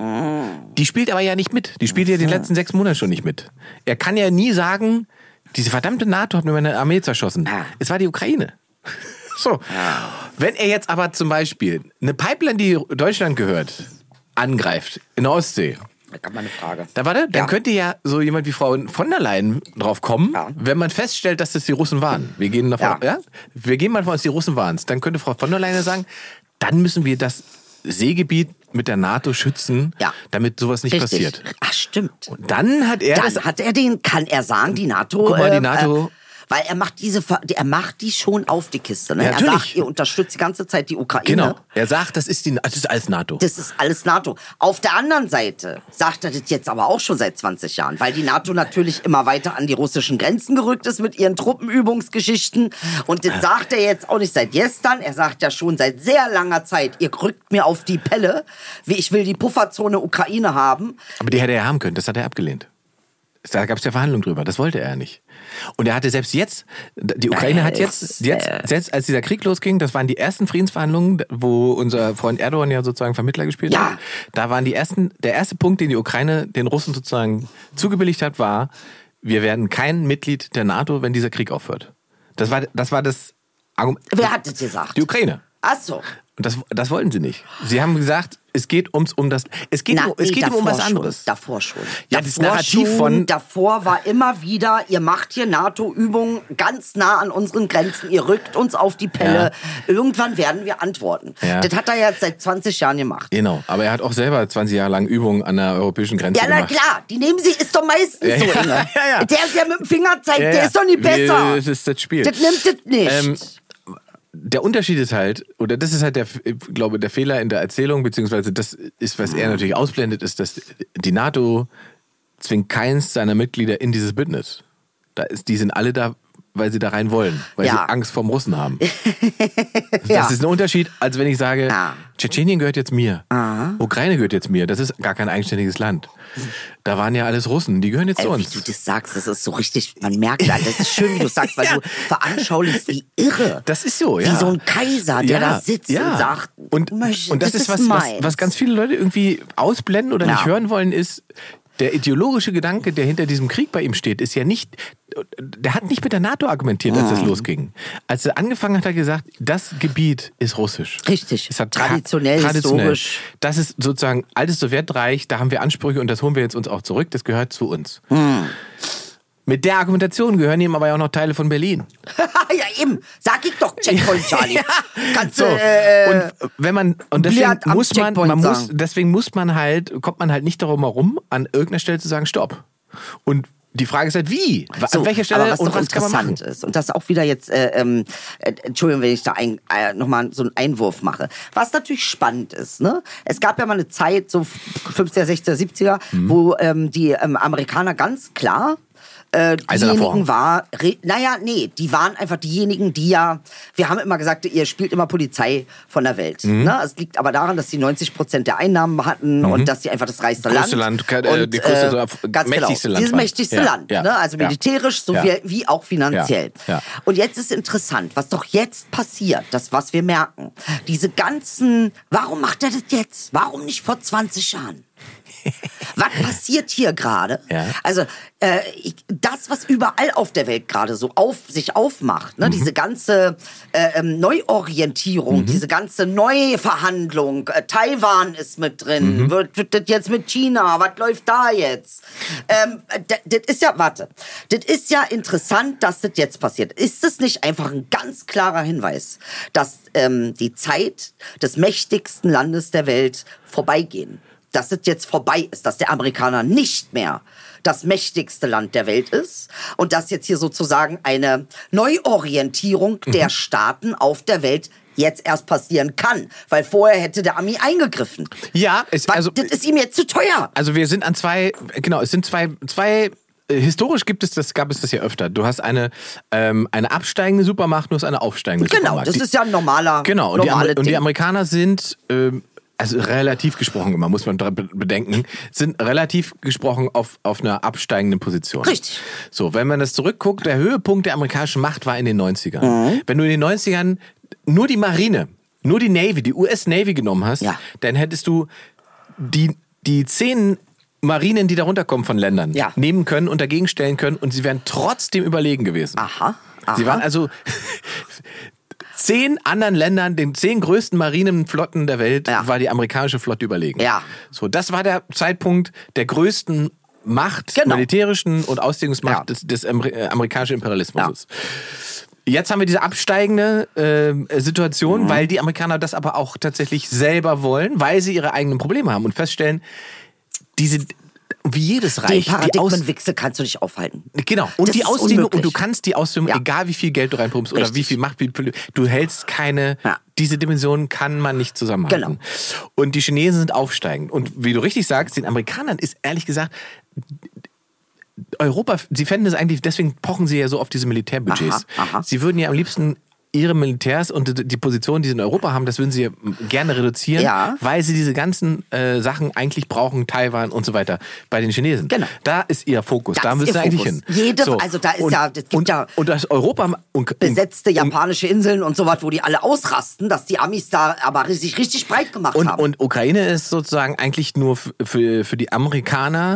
[SPEAKER 2] Die spielt aber ja nicht mit. Die spielt ja die letzten sechs Monate schon nicht mit. Er kann ja nie sagen, diese verdammte NATO hat mir meine Armee zerschossen.
[SPEAKER 3] Ah.
[SPEAKER 2] Es war die Ukraine. So. Wenn er jetzt aber zum Beispiel eine Pipeline, die Deutschland gehört, angreift in der Ostsee,
[SPEAKER 3] Da kann man eine Frage.
[SPEAKER 2] da warte, dann
[SPEAKER 3] Ja.
[SPEAKER 2] könnte ja so jemand wie Frau von der Leyen drauf kommen,
[SPEAKER 3] Ja.
[SPEAKER 2] wenn man feststellt, dass das die Russen waren. Wir gehen davon, ja.
[SPEAKER 3] Ja.
[SPEAKER 2] Wir gehen mal davon aus, die Russen waren es. Dann könnte Frau von der Leyen sagen, dann müssen wir das Seegebiet mit der NATO schützen,
[SPEAKER 3] Ja.
[SPEAKER 2] damit sowas nicht
[SPEAKER 3] Richtig.
[SPEAKER 2] passiert.
[SPEAKER 3] Ach, stimmt.
[SPEAKER 2] Und dann hat er
[SPEAKER 3] Dann
[SPEAKER 2] das.
[SPEAKER 3] hat er den, kann er sagen, die NATO.
[SPEAKER 2] Guck mal, die
[SPEAKER 3] äh,
[SPEAKER 2] NATO-
[SPEAKER 3] Äh, weil er macht diese, Ver- er macht die schon auf die Kiste. Ne?
[SPEAKER 2] Ja,
[SPEAKER 3] er
[SPEAKER 2] natürlich.
[SPEAKER 3] sagt, ihr unterstützt die ganze Zeit die Ukraine.
[SPEAKER 2] Genau. Er sagt, das ist die, das ist alles NATO.
[SPEAKER 3] Das ist alles NATO. Auf der anderen Seite sagt er das jetzt aber auch schon seit zwanzig Jahren, weil die NATO natürlich immer weiter an die russischen Grenzen gerückt ist mit ihren Truppenübungsgeschichten. Und das sagt er jetzt auch nicht seit gestern. Er sagt ja schon seit sehr langer Zeit, ihr rückt mir auf die Pelle, wie ich will die Pufferzone Ukraine haben.
[SPEAKER 2] Aber die hätte er haben können. Das hat er abgelehnt. Da gab es ja Verhandlungen drüber. Das wollte er nicht. Und er hatte selbst jetzt, die Ukraine
[SPEAKER 3] Ja,
[SPEAKER 2] hat
[SPEAKER 3] es
[SPEAKER 2] jetzt,
[SPEAKER 3] ist,
[SPEAKER 2] jetzt,
[SPEAKER 3] äh,
[SPEAKER 2] jetzt, als dieser Krieg losging, das waren die ersten Friedensverhandlungen, wo unser Freund Erdogan ja sozusagen Vermittler gespielt
[SPEAKER 3] Ja.
[SPEAKER 2] hat. Da waren die ersten, der erste Punkt, den die Ukraine den Russen sozusagen zugebilligt hat, war, wir werden kein Mitglied der NATO, wenn dieser Krieg aufhört. Das war das, war das Argument.
[SPEAKER 3] Wer hat das gesagt?
[SPEAKER 2] Die Ukraine.
[SPEAKER 3] Ach so.
[SPEAKER 2] Und das, das wollten sie nicht. Sie haben gesagt, es geht ums um das, es geht,
[SPEAKER 3] Na,
[SPEAKER 2] um, es
[SPEAKER 3] nee,
[SPEAKER 2] geht um was
[SPEAKER 3] davor
[SPEAKER 2] anderes.
[SPEAKER 3] Schon, davor schon.
[SPEAKER 2] Ja,
[SPEAKER 3] davor
[SPEAKER 2] das Narrativ
[SPEAKER 3] schon,
[SPEAKER 2] von-
[SPEAKER 3] Davor war immer wieder, ihr macht hier NATO-Übungen ganz nah an unseren Grenzen, ihr rückt uns auf die Pelle. Irgendwann werden wir antworten.
[SPEAKER 2] Ja.
[SPEAKER 3] Das hat er jetzt seit zwanzig Jahren gemacht.
[SPEAKER 2] Genau, aber er hat auch selber zwanzig Jahre lang Übungen an der europäischen Grenze
[SPEAKER 3] Ja, na
[SPEAKER 2] gemacht.
[SPEAKER 3] klar, die nehmen sie, ist doch meistens
[SPEAKER 2] Ja,
[SPEAKER 3] so,
[SPEAKER 2] ja,
[SPEAKER 3] Inge.
[SPEAKER 2] ja, ja.
[SPEAKER 3] Der, der mit dem Finger zeigt,
[SPEAKER 2] Ja,
[SPEAKER 3] der
[SPEAKER 2] ja.
[SPEAKER 3] ist doch nicht besser.
[SPEAKER 2] Das ist das Spiel.
[SPEAKER 3] Das nimmt das nicht.
[SPEAKER 2] Ähm, Der Unterschied ist halt, oder das ist halt der, ich glaube, der Fehler in der Erzählung, beziehungsweise das ist, was er natürlich ausblendet, ist, dass die NATO zwingt keins seiner Mitglieder in dieses Bündnis. Da ist, die sind alle da, weil sie da rein wollen, weil
[SPEAKER 3] Ja.
[SPEAKER 2] sie Angst vorm Russen haben. Das
[SPEAKER 3] Ja.
[SPEAKER 2] ist ein Unterschied, als wenn ich sage,
[SPEAKER 3] Ja.
[SPEAKER 2] Tschetschenien gehört jetzt mir, Ukraine gehört jetzt mir, das ist gar kein eigenständiges Land. Da waren ja alles Russen, die gehören jetzt
[SPEAKER 3] Ey,
[SPEAKER 2] zu
[SPEAKER 3] wie
[SPEAKER 2] uns.
[SPEAKER 3] du das sagst, das ist so richtig, man merkt das, das ist schön, wie du sagst, weil
[SPEAKER 2] Ja.
[SPEAKER 3] du veranschaulichst, wie irre.
[SPEAKER 2] Das ist so, ja.
[SPEAKER 3] Wie so ein Kaiser, der da sitzt und sagt,
[SPEAKER 2] und,
[SPEAKER 3] "Möcht-
[SPEAKER 2] und das,
[SPEAKER 3] das
[SPEAKER 2] ist
[SPEAKER 3] ist
[SPEAKER 2] was, was,
[SPEAKER 3] meins."
[SPEAKER 2] was ganz viele Leute irgendwie ausblenden oder
[SPEAKER 3] Ja.
[SPEAKER 2] nicht hören wollen, ist, der ideologische Gedanke, der hinter diesem Krieg bei ihm steht, ist ja nicht, der hat nicht mit der NATO argumentiert, als das losging. Als er angefangen hat, hat er gesagt, das Gebiet ist russisch.
[SPEAKER 3] Richtig.
[SPEAKER 2] Es hat
[SPEAKER 3] Traditionell, historisch.
[SPEAKER 2] Das ist sozusagen altes Sowjetreich, da haben wir Ansprüche und das holen wir jetzt uns auch zurück, das gehört zu uns.
[SPEAKER 3] Hm.
[SPEAKER 2] Mit der Argumentation gehören ihm aber ja auch noch Teile von Berlin.
[SPEAKER 3] Ja, eben. Sag ich doch, Checkpoint Charlie. Kannst
[SPEAKER 2] So,
[SPEAKER 3] du, äh,
[SPEAKER 2] und wenn man und deswegen
[SPEAKER 3] Bliat am
[SPEAKER 2] muss man,
[SPEAKER 3] Checkpoint
[SPEAKER 2] man muss,
[SPEAKER 3] sagen.
[SPEAKER 2] deswegen muss man halt, kommt man halt nicht darum herum, an irgendeiner Stelle zu sagen Stopp. Und die Frage ist halt wie,
[SPEAKER 3] So,
[SPEAKER 2] an welcher Stelle
[SPEAKER 3] aber was
[SPEAKER 2] und
[SPEAKER 3] doch
[SPEAKER 2] was kann man machen?
[SPEAKER 3] interessant ist und das auch wieder jetzt, äh, ähm, äh, Entschuldigung, wenn ich da ein, äh, nochmal so einen Einwurf mache. Was natürlich spannend ist, ne? Es gab ja mal eine Zeit, so fünfziger, sechziger, siebziger,
[SPEAKER 2] Mhm.
[SPEAKER 3] wo ähm, die ähm, Amerikaner ganz klar äh,
[SPEAKER 2] Eiserner
[SPEAKER 3] diejenigen
[SPEAKER 2] Vorhang.
[SPEAKER 3] war, re, naja, nee, die waren einfach diejenigen, die ja, wir haben immer gesagt, ihr spielt immer Polizei von der Welt.
[SPEAKER 2] Mhm.
[SPEAKER 3] Ne? Es liegt aber daran, dass sie neunzig Prozent der Einnahmen hatten mhm. und dass sie einfach das reichste
[SPEAKER 2] Größte
[SPEAKER 3] Land,
[SPEAKER 2] Land, äh,
[SPEAKER 3] und,
[SPEAKER 2] die größte,
[SPEAKER 3] äh,
[SPEAKER 2] so,
[SPEAKER 3] ganz
[SPEAKER 2] mächtigste
[SPEAKER 3] genau,
[SPEAKER 2] Land
[SPEAKER 3] dieses
[SPEAKER 2] waren.
[SPEAKER 3] mächtigste
[SPEAKER 2] Ja,
[SPEAKER 3] Land,
[SPEAKER 2] ja,
[SPEAKER 3] ne? Also
[SPEAKER 2] ja.
[SPEAKER 3] militärisch so
[SPEAKER 2] Ja.
[SPEAKER 3] wie, wie auch finanziell.
[SPEAKER 2] Ja, ja.
[SPEAKER 3] Und jetzt ist interessant, was doch jetzt passiert, das, was wir merken, diese ganzen, warum macht er das jetzt? Warum nicht vor zwanzig Jahren? Was passiert hier gerade?
[SPEAKER 2] Ja.
[SPEAKER 3] Also äh, ich, das, was überall auf der Welt gerade so auf, sich aufmacht, ne? Mhm. Diese ganze äh, Neuorientierung, mhm. diese ganze Neuverhandlung, äh, Taiwan ist mit drin, mhm. wird, wird das jetzt mit China, was läuft da jetzt? Ähm, das ist ja, warte, das ist ja interessant, dass das jetzt passiert. Ist es nicht einfach ein ganz klarer Hinweis, dass ähm, die Zeit des mächtigsten Landes der Welt vorbeigehen? Dass es jetzt vorbei ist, dass der Amerikaner nicht mehr das mächtigste Land der Welt ist und dass jetzt hier sozusagen eine Neuorientierung mhm. der Staaten auf der Welt jetzt erst passieren kann, weil vorher hätte der Ami eingegriffen.
[SPEAKER 2] Ja, es, also
[SPEAKER 3] das ist ihm jetzt zu teuer.
[SPEAKER 2] Also wir sind an zwei, genau, es sind zwei, zwei historisch gibt es das, gab es das ja öfter. Du hast eine, ähm, eine absteigende Supermacht, du hast eine aufsteigende
[SPEAKER 3] genau,
[SPEAKER 2] Supermacht.
[SPEAKER 3] Genau, das ist ja ein normaler
[SPEAKER 2] Genau, und die,
[SPEAKER 3] normale
[SPEAKER 2] Amer- und die
[SPEAKER 3] Ding.
[SPEAKER 2] Amerikaner sind, ähm, also relativ gesprochen, immer muss man bedenken, sind relativ gesprochen auf, auf einer absteigenden Position.
[SPEAKER 3] Richtig.
[SPEAKER 2] So, wenn man das zurückguckt, der Höhepunkt der amerikanischen Macht war in den neunzigern.
[SPEAKER 3] Mhm.
[SPEAKER 2] Wenn du in den neunzigern nur die Marine, nur die Navy, die U S Navy genommen hast,
[SPEAKER 3] ja.
[SPEAKER 2] dann hättest du die, die zehn Marinen, die da runterkommen von Ländern,
[SPEAKER 3] ja.
[SPEAKER 2] nehmen können und dagegen stellen können und sie wären trotzdem überlegen gewesen.
[SPEAKER 3] Aha. Aha.
[SPEAKER 2] Sie waren also zehn anderen Ländern, den zehn größten Marinenflotten der Welt,
[SPEAKER 3] ja.
[SPEAKER 2] war die amerikanische Flotte überlegen.
[SPEAKER 3] Ja.
[SPEAKER 2] So, das war der Zeitpunkt der größten Macht,
[SPEAKER 3] genau.
[SPEAKER 2] militärischen und Ausdehnungsmacht ja. des, des Amer- amerikanischen Imperialismus. Ja. Jetzt haben wir diese absteigende äh, Situation, mhm. weil die Amerikaner das aber auch tatsächlich selber wollen, weil sie ihre eigenen Probleme haben und feststellen, diese, wie jedes Reich,
[SPEAKER 3] den Paradigmenwechsel kannst du nicht aufhalten.
[SPEAKER 2] Genau. Und
[SPEAKER 3] das
[SPEAKER 2] die Ausdehnung, und du
[SPEAKER 3] unmöglich.
[SPEAKER 2] kannst die Ausdehnung,
[SPEAKER 3] Ja.
[SPEAKER 2] egal wie viel Geld du reinpumpst oder
[SPEAKER 3] Richtig.
[SPEAKER 2] wie viel Macht, wie, du hältst keine,
[SPEAKER 3] Ja.
[SPEAKER 2] diese Dimensionen kann man nicht zusammenhalten.
[SPEAKER 3] Genau.
[SPEAKER 2] Und die Chinesen sind aufsteigend. Und wie du richtig sagst, den Amerikanern ist ehrlich gesagt, Europa, sie fänden es eigentlich, deswegen pochen sie ja so auf diese Militärbudgets.
[SPEAKER 3] Aha, aha.
[SPEAKER 2] Sie würden ja am liebsten ihre Militärs und die Position, die sie in Europa haben, das würden sie gerne reduzieren,
[SPEAKER 3] Ja.
[SPEAKER 2] weil sie diese ganzen äh, Sachen eigentlich brauchen, Taiwan und so weiter, bei den Chinesen.
[SPEAKER 3] Genau.
[SPEAKER 2] Da ist ihr Fokus,
[SPEAKER 3] Das
[SPEAKER 2] da
[SPEAKER 3] ist
[SPEAKER 2] müssen
[SPEAKER 3] ihr
[SPEAKER 2] sie eigentlich
[SPEAKER 3] Fokus.
[SPEAKER 2] hin.
[SPEAKER 3] Jede- also da ist
[SPEAKER 2] und,
[SPEAKER 3] ja- das gibt
[SPEAKER 2] und,
[SPEAKER 3] ja
[SPEAKER 2] und das Europa und,
[SPEAKER 3] besetzte
[SPEAKER 2] und,
[SPEAKER 3] japanische Inseln und so was, wo die alle ausrasten, dass die Amis da aber sich richtig breit gemacht
[SPEAKER 2] und,
[SPEAKER 3] haben.
[SPEAKER 2] und Ukraine ist sozusagen eigentlich nur f- für, für die Amerikaner.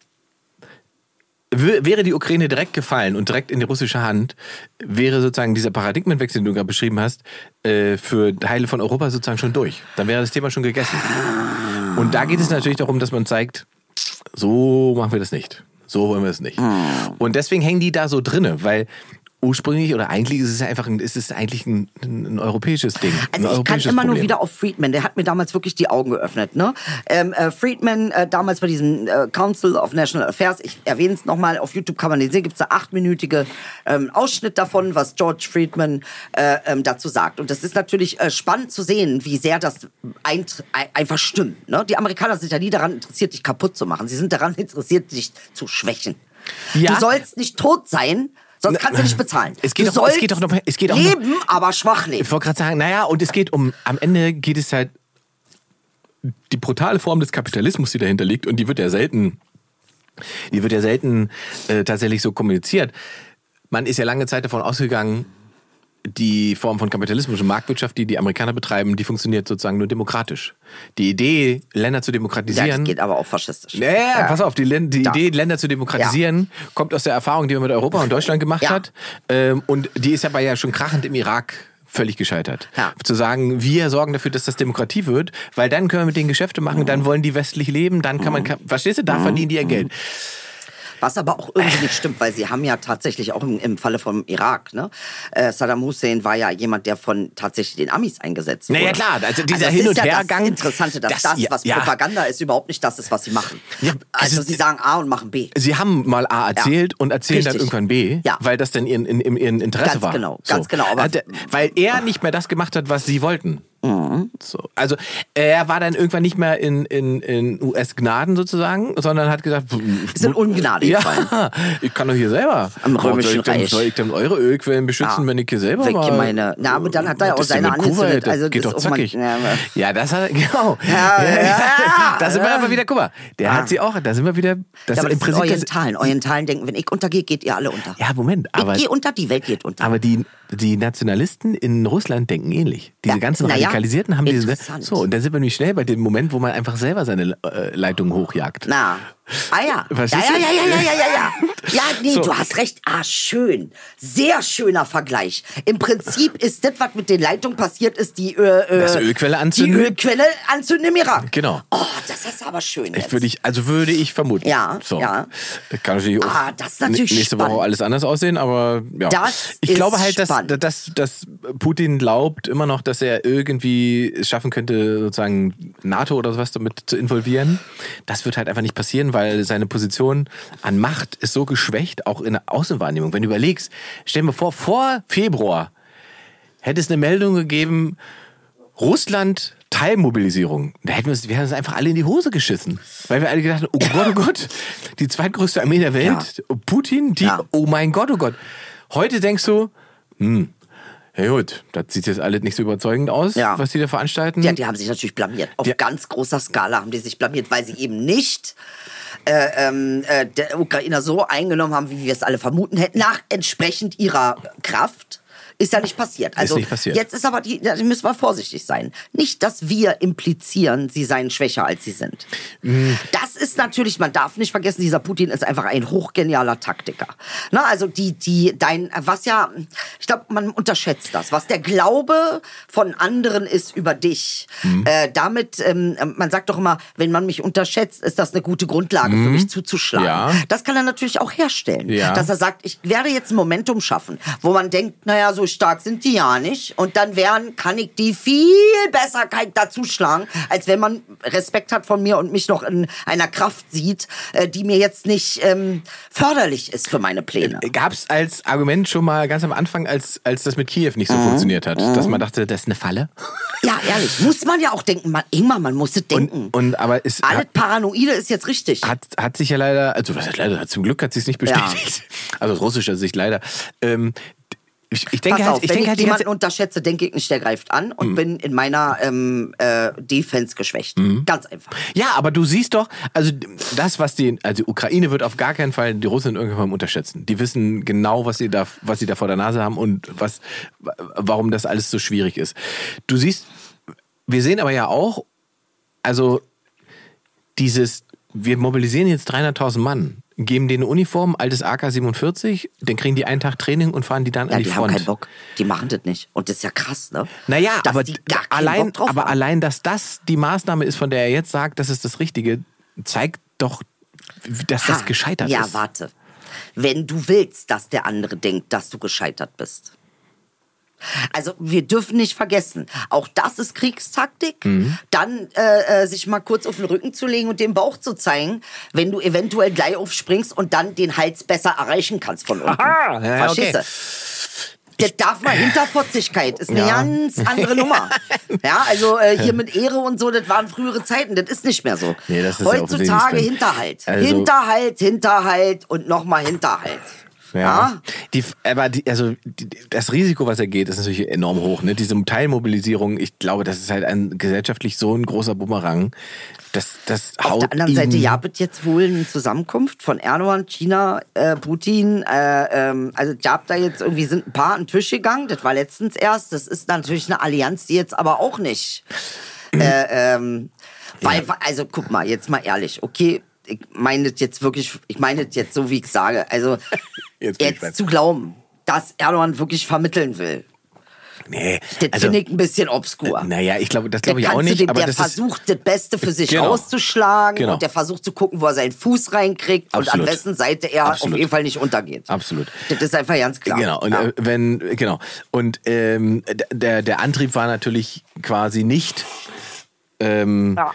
[SPEAKER 2] W- Wäre die Ukraine direkt gefallen und direkt in die russische Hand, wäre sozusagen dieser Paradigmenwechsel, den du gerade beschrieben hast, äh, für Teile von Europa sozusagen schon durch. Dann wäre das Thema schon gegessen. Und da geht es natürlich darum, dass man zeigt, so machen wir das nicht. So wollen wir es nicht. Und deswegen hängen die da so drinne, weil ursprünglich oder eigentlich ist es einfach ein, ist es eigentlich ein, ein europäisches Ding. Ein
[SPEAKER 3] Also ich kann
[SPEAKER 2] europäisches
[SPEAKER 3] immer nur
[SPEAKER 2] Problem.
[SPEAKER 3] wieder auf Friedman, der hat mir damals wirklich die Augen geöffnet. Ne? Ähm, äh, Friedman, äh, damals bei diesem äh, Council of National Affairs, ich erwähne es nochmal, auf YouTube kann man den sehen, gibt es da achtminütige ähm, Ausschnitt davon, was George Friedman äh, ähm, dazu sagt. Und das ist natürlich äh, spannend zu sehen, wie sehr das ein, ein, einfach stimmt. Ne? Die Amerikaner sind ja nie daran interessiert, dich kaputt zu machen. Sie sind daran interessiert, dich zu schwächen.
[SPEAKER 2] Ja.
[SPEAKER 3] Du sollst nicht tot sein, sonst kannst du nicht bezahlen.
[SPEAKER 2] Es geht
[SPEAKER 3] du
[SPEAKER 2] doch- es
[SPEAKER 3] sollst
[SPEAKER 2] geht doch noch- es geht auch noch-
[SPEAKER 3] leben, aber schwach leben.
[SPEAKER 2] Ich wollte gerade sagen, naja, und es geht um, am Ende geht es halt die brutale Form des Kapitalismus, die dahinter liegt, und die wird ja selten, die wird ja selten äh, tatsächlich so kommuniziert. Man ist ja lange Zeit davon ausgegangen, die Form von Kapitalismus und Marktwirtschaft, die die Amerikaner betreiben, die funktioniert sozusagen nur demokratisch. Die Idee, Länder zu
[SPEAKER 3] Ja,
[SPEAKER 2] demokratisieren...
[SPEAKER 3] das geht aber auch faschistisch.
[SPEAKER 2] Ja, ja, pass auf, die, Län- die
[SPEAKER 3] Ja.
[SPEAKER 2] Idee, Länder zu demokratisieren, kommt aus der Erfahrung, die man mit Europa und Deutschland gemacht
[SPEAKER 3] Ja.
[SPEAKER 2] hat. Ähm, und die ist aber ja schon krachend im Irak völlig gescheitert.
[SPEAKER 3] Ja.
[SPEAKER 2] Zu sagen, wir sorgen dafür, dass das Demokratie wird, weil dann können wir mit denen Geschäfte machen, dann wollen die westlich leben, dann kann man, verstehst du, da verdienen die ihr Geld.
[SPEAKER 3] Was aber auch irgendwie nicht stimmt, weil sie haben ja tatsächlich auch im, im Falle vom Irak, ne? Äh, Saddam Hussein war ja jemand, der von tatsächlich den Amis eingesetzt wurde.
[SPEAKER 2] Naja, klar, also dieser
[SPEAKER 3] das
[SPEAKER 2] Hin-
[SPEAKER 3] ist
[SPEAKER 2] und
[SPEAKER 3] ja
[SPEAKER 2] Hergang,
[SPEAKER 3] Das Interessante, dass
[SPEAKER 2] das-
[SPEAKER 3] das,
[SPEAKER 2] ja,
[SPEAKER 3] was
[SPEAKER 2] ja.
[SPEAKER 3] Propaganda ist, überhaupt nicht das ist, was sie machen.
[SPEAKER 2] Ja,
[SPEAKER 3] also,
[SPEAKER 2] also-
[SPEAKER 3] sie sagen A und machen B.
[SPEAKER 2] Sie haben mal A erzählt
[SPEAKER 3] Ja.
[SPEAKER 2] und erzählen dann
[SPEAKER 3] Richtig.
[SPEAKER 2] irgendwann B,
[SPEAKER 3] Ja.
[SPEAKER 2] weil das dann ihren, in, in, ihren Interesse
[SPEAKER 3] Ganz
[SPEAKER 2] war.
[SPEAKER 3] genau, ganz genau, aber-
[SPEAKER 2] Hat er- weil er nicht mehr das gemacht hat, was sie wollten.
[SPEAKER 3] Mhm.
[SPEAKER 2] So. Also er war dann irgendwann nicht mehr in, in, in U S-Gnaden sozusagen, sondern hat gesagt,
[SPEAKER 3] ist in Ungnade gefallen.
[SPEAKER 2] Ja, ich kann doch hier selber.
[SPEAKER 3] Am Römischen
[SPEAKER 2] soll ich denn,
[SPEAKER 3] Reich.
[SPEAKER 2] Soll ich denn eure Ölquellen beschützen,
[SPEAKER 3] Ja.
[SPEAKER 2] wenn ich hier selber
[SPEAKER 3] Weg
[SPEAKER 2] mal...
[SPEAKER 3] meine, na, aber dann hat er ja auch
[SPEAKER 2] das ist
[SPEAKER 3] seine
[SPEAKER 2] mit Kuwait,
[SPEAKER 3] angezündet.
[SPEAKER 2] das
[SPEAKER 3] Also
[SPEAKER 2] geht
[SPEAKER 3] das
[SPEAKER 2] doch
[SPEAKER 3] ist auch mal-
[SPEAKER 2] zackig.
[SPEAKER 3] ja,
[SPEAKER 2] Ja, das hat er, genau.
[SPEAKER 3] Ja, ja, ja.
[SPEAKER 2] Da sind wir aber wieder, guck mal, der
[SPEAKER 3] Ja.
[SPEAKER 2] hat sie auch, da sind wir wieder... Das
[SPEAKER 3] Ja, aber
[SPEAKER 2] im
[SPEAKER 3] das sind
[SPEAKER 2] Prinzip das,
[SPEAKER 3] Orientalen. Orientalen denken, wenn ich untergehe, geht ihr alle unter.
[SPEAKER 2] ja, Moment, aber...
[SPEAKER 3] ich gehe unter, die Welt geht unter.
[SPEAKER 2] Aber die, die Nationalisten in Russland denken ähnlich. Diese
[SPEAKER 3] Ja,
[SPEAKER 2] ganzen
[SPEAKER 3] na ja,
[SPEAKER 2] Radikalisierten haben diese.
[SPEAKER 3] interessant.
[SPEAKER 2] So, und da sind wir nämlich schnell bei dem Moment, wo man einfach selber seine äh, Leitung hochjagt.
[SPEAKER 3] Na. Ah ja. Ja,
[SPEAKER 2] Verstehst
[SPEAKER 3] ja,
[SPEAKER 2] du?
[SPEAKER 3] ja, ja, ja, ja, ja, ja. Ja, nee,
[SPEAKER 2] So.
[SPEAKER 3] du hast recht. Ah, schön. Sehr schöner Vergleich. Im Prinzip ist das, was mit den Leitungen passiert ist, die, äh,
[SPEAKER 2] Das Ölquelle anzünden?
[SPEAKER 3] Die Ölquelle anzünden im Irak.
[SPEAKER 2] Genau.
[SPEAKER 3] Oh, das ist aber schön jetzt.
[SPEAKER 2] Ich würde ich, also würde ich vermuten.
[SPEAKER 3] Ja,
[SPEAKER 2] so.
[SPEAKER 3] ja.
[SPEAKER 2] Das kann natürlich auch
[SPEAKER 3] Ah, das ist natürlich
[SPEAKER 2] nächste Woche
[SPEAKER 3] spannend.
[SPEAKER 2] alles anders aussehen, aber ja.
[SPEAKER 3] Das
[SPEAKER 2] ich
[SPEAKER 3] ist
[SPEAKER 2] glaube halt, dass,
[SPEAKER 3] spannend.
[SPEAKER 2] dass, dass Putin glaubt immer noch, dass er irgendwie es schaffen könnte, sozusagen NATO oder sowas damit zu involvieren. Das wird halt einfach nicht passieren, weil seine Position an Macht ist so geschwächt, auch in der Außenwahrnehmung. Wenn du überlegst, stell dir mal vor, vor Februar hätte es eine Meldung gegeben, Russland Teilmobilisierung. Da hätten wir uns, wir hätten uns einfach alle in die Hose geschissen. Weil wir alle gedacht haben, oh Gott, oh Gott, die zweitgrößte Armee der Welt, Putin, die,
[SPEAKER 3] Ja.
[SPEAKER 2] oh mein Gott, oh Gott. Heute denkst du, hm, ja gut, das sieht jetzt alles nicht so überzeugend aus,
[SPEAKER 3] Ja.
[SPEAKER 2] was die da veranstalten.
[SPEAKER 3] Ja, die haben sich natürlich blamiert. Auf
[SPEAKER 2] Ja.
[SPEAKER 3] ganz großer Skala haben die sich blamiert, weil sie eben nicht äh, ähm, äh, der Ukrainer so eingenommen haben, wie wir es alle vermuten hätten, nach entsprechend ihrer Kraft. Ist ja nicht passiert. Also
[SPEAKER 2] nicht passiert.
[SPEAKER 3] Jetzt ist aber die, da müssen wir vorsichtig sein. Nicht, dass wir implizieren, sie seien schwächer als sie sind.
[SPEAKER 2] Mhm.
[SPEAKER 3] Das ist natürlich, man darf nicht vergessen, dieser Putin ist einfach ein hochgenialer Taktiker. Na, also die, die, dein, was ja, ich glaube, man unterschätzt das, was der Glaube von anderen ist über dich.
[SPEAKER 2] Mhm.
[SPEAKER 3] Äh, damit, ähm, man sagt doch immer, wenn man mich unterschätzt, ist das eine gute Grundlage für mich zuzuschlagen.
[SPEAKER 2] Ja.
[SPEAKER 3] Das kann er natürlich auch herstellen.
[SPEAKER 2] Ja.
[SPEAKER 3] Dass er sagt, ich werde jetzt ein Momentum schaffen, wo man denkt, naja, so stark sind die ja nicht. Und dann werden, kann ich die viel besser kann ich dazu schlagen, als wenn man Respekt hat von mir und mich noch in einer Kraft sieht, äh, die mir jetzt nicht ähm, förderlich ist für meine Pläne.
[SPEAKER 2] Gab es als Argument schon mal ganz am Anfang, als, als das mit Kiew nicht so
[SPEAKER 3] Mhm.
[SPEAKER 2] funktioniert hat, dass man dachte, das ist eine Falle?
[SPEAKER 3] Ja, ehrlich, muss man ja auch denken. Man, Ingmar, man muss es denken.
[SPEAKER 2] Und, und aber es
[SPEAKER 3] Alles
[SPEAKER 2] hat,
[SPEAKER 3] Paranoide ist jetzt richtig.
[SPEAKER 2] hat, hat sich ja leider, also was heißt leider, zum Glück hat sich nicht bestätigt. Also aus russischer Sicht leider. Ähm, ich, ich denke
[SPEAKER 3] Pass
[SPEAKER 2] halt,
[SPEAKER 3] auf,
[SPEAKER 2] ich
[SPEAKER 3] wenn
[SPEAKER 2] denke
[SPEAKER 3] ich
[SPEAKER 2] halt die
[SPEAKER 3] jemanden
[SPEAKER 2] ganze,
[SPEAKER 3] unterschätze, denke ich nicht, der greift an und bin in meiner ähm, äh, Defense geschwächt. Ganz einfach.
[SPEAKER 2] ja, aber du siehst doch, also das, was die, also die Ukraine wird auf gar keinen Fall die Russen irgendwann unterschätzen. Die wissen genau, was sie da, was sie da vor der Nase haben und was, warum das alles so schwierig ist. Du siehst, wir sehen aber ja auch, also dieses, wir mobilisieren jetzt dreihunderttausend Mann, geben denen eine Uniform, altes A K siebenundvierzig, dann kriegen die einen Tag Training und fahren die dann
[SPEAKER 3] Ja,
[SPEAKER 2] an die,
[SPEAKER 3] die
[SPEAKER 2] Front.
[SPEAKER 3] haben keinen Bock. Die machen das nicht. Und das ist ja krass, ne?
[SPEAKER 2] Naja,
[SPEAKER 3] Dass
[SPEAKER 2] aber,
[SPEAKER 3] die gar keinen
[SPEAKER 2] allein,
[SPEAKER 3] Bock drauf
[SPEAKER 2] aber
[SPEAKER 3] haben.
[SPEAKER 2] allein, dass das die Maßnahme ist, von der er jetzt sagt, das ist das Richtige, zeigt doch, dass das
[SPEAKER 3] Ha,
[SPEAKER 2] gescheitert
[SPEAKER 3] ja,
[SPEAKER 2] ist.
[SPEAKER 3] Ja, warte. Wenn du willst, dass der andere denkt, dass du gescheitert bist. Also wir dürfen nicht vergessen, auch das ist Kriegstaktik,
[SPEAKER 2] Mhm.
[SPEAKER 3] dann äh, äh, sich mal kurz auf den Rücken zu legen und den Bauch zu zeigen, wenn du eventuell gleich aufspringst und dann den Hals besser erreichen kannst von unten.
[SPEAKER 2] Aha, ja,
[SPEAKER 3] Verstehst
[SPEAKER 2] okay.
[SPEAKER 3] du? Das darf man, Hinterfotzigkeit ist eine
[SPEAKER 2] Ja.
[SPEAKER 3] ganz andere Nummer. Ja, also äh, hier mit Ehre und so, das waren frühere Zeiten, das ist nicht mehr so.
[SPEAKER 2] Nee, das ist ja
[SPEAKER 3] Heutzutage
[SPEAKER 2] offensichtlich.
[SPEAKER 3] Hinterhalt.
[SPEAKER 2] Also-
[SPEAKER 3] Hinterhalt, Hinterhalt und nochmal Hinterhalt.
[SPEAKER 2] Ja. Die, aber die, also die, das Risiko, was er geht, ist natürlich enorm hoch. Ne? Diese Teilmobilisierung, ich glaube, das ist halt ein gesellschaftlich so ein großer Bumerang. Das, das
[SPEAKER 3] Auf
[SPEAKER 2] haut
[SPEAKER 3] der anderen
[SPEAKER 2] ihn,
[SPEAKER 3] Seite gab es jetzt wohl eine Zusammenkunft von Erdogan, China, äh, Putin. Äh, ähm, also gab da jetzt irgendwie, sind ein paar an den Tisch gegangen. Das war letztens erst. Das ist natürlich eine Allianz, die jetzt aber auch nicht. Äh, ähm, weil, also guck mal, jetzt mal ehrlich, okay. Ich meine das jetzt wirklich, ich meine das jetzt so, wie ich sage. Also
[SPEAKER 2] Jetzt bin ich
[SPEAKER 3] jetzt
[SPEAKER 2] gespannt.
[SPEAKER 3] zu glauben, dass Erdogan wirklich vermitteln will,
[SPEAKER 2] Nee,
[SPEAKER 3] das
[SPEAKER 2] also,
[SPEAKER 3] finde ich ein bisschen obskur.
[SPEAKER 2] naja, ich glaube, das glaube ich
[SPEAKER 3] Der
[SPEAKER 2] auch
[SPEAKER 3] kannst du
[SPEAKER 2] nicht.
[SPEAKER 3] dem,
[SPEAKER 2] aber
[SPEAKER 3] der
[SPEAKER 2] das
[SPEAKER 3] versucht, das Beste für sich
[SPEAKER 2] Genau.
[SPEAKER 3] rauszuschlagen
[SPEAKER 2] Genau.
[SPEAKER 3] und der versucht zu gucken, wo er seinen Fuß reinkriegt und
[SPEAKER 2] Absolut.
[SPEAKER 3] an wessen Seite er
[SPEAKER 2] Absolut.
[SPEAKER 3] auf jeden Fall nicht untergeht.
[SPEAKER 2] Absolut.
[SPEAKER 3] Das ist einfach ganz klar.
[SPEAKER 2] Genau, und
[SPEAKER 3] Ja.
[SPEAKER 2] äh, wenn, genau. Und ähm, der, der Antrieb war natürlich quasi nicht ähm,
[SPEAKER 3] Ja.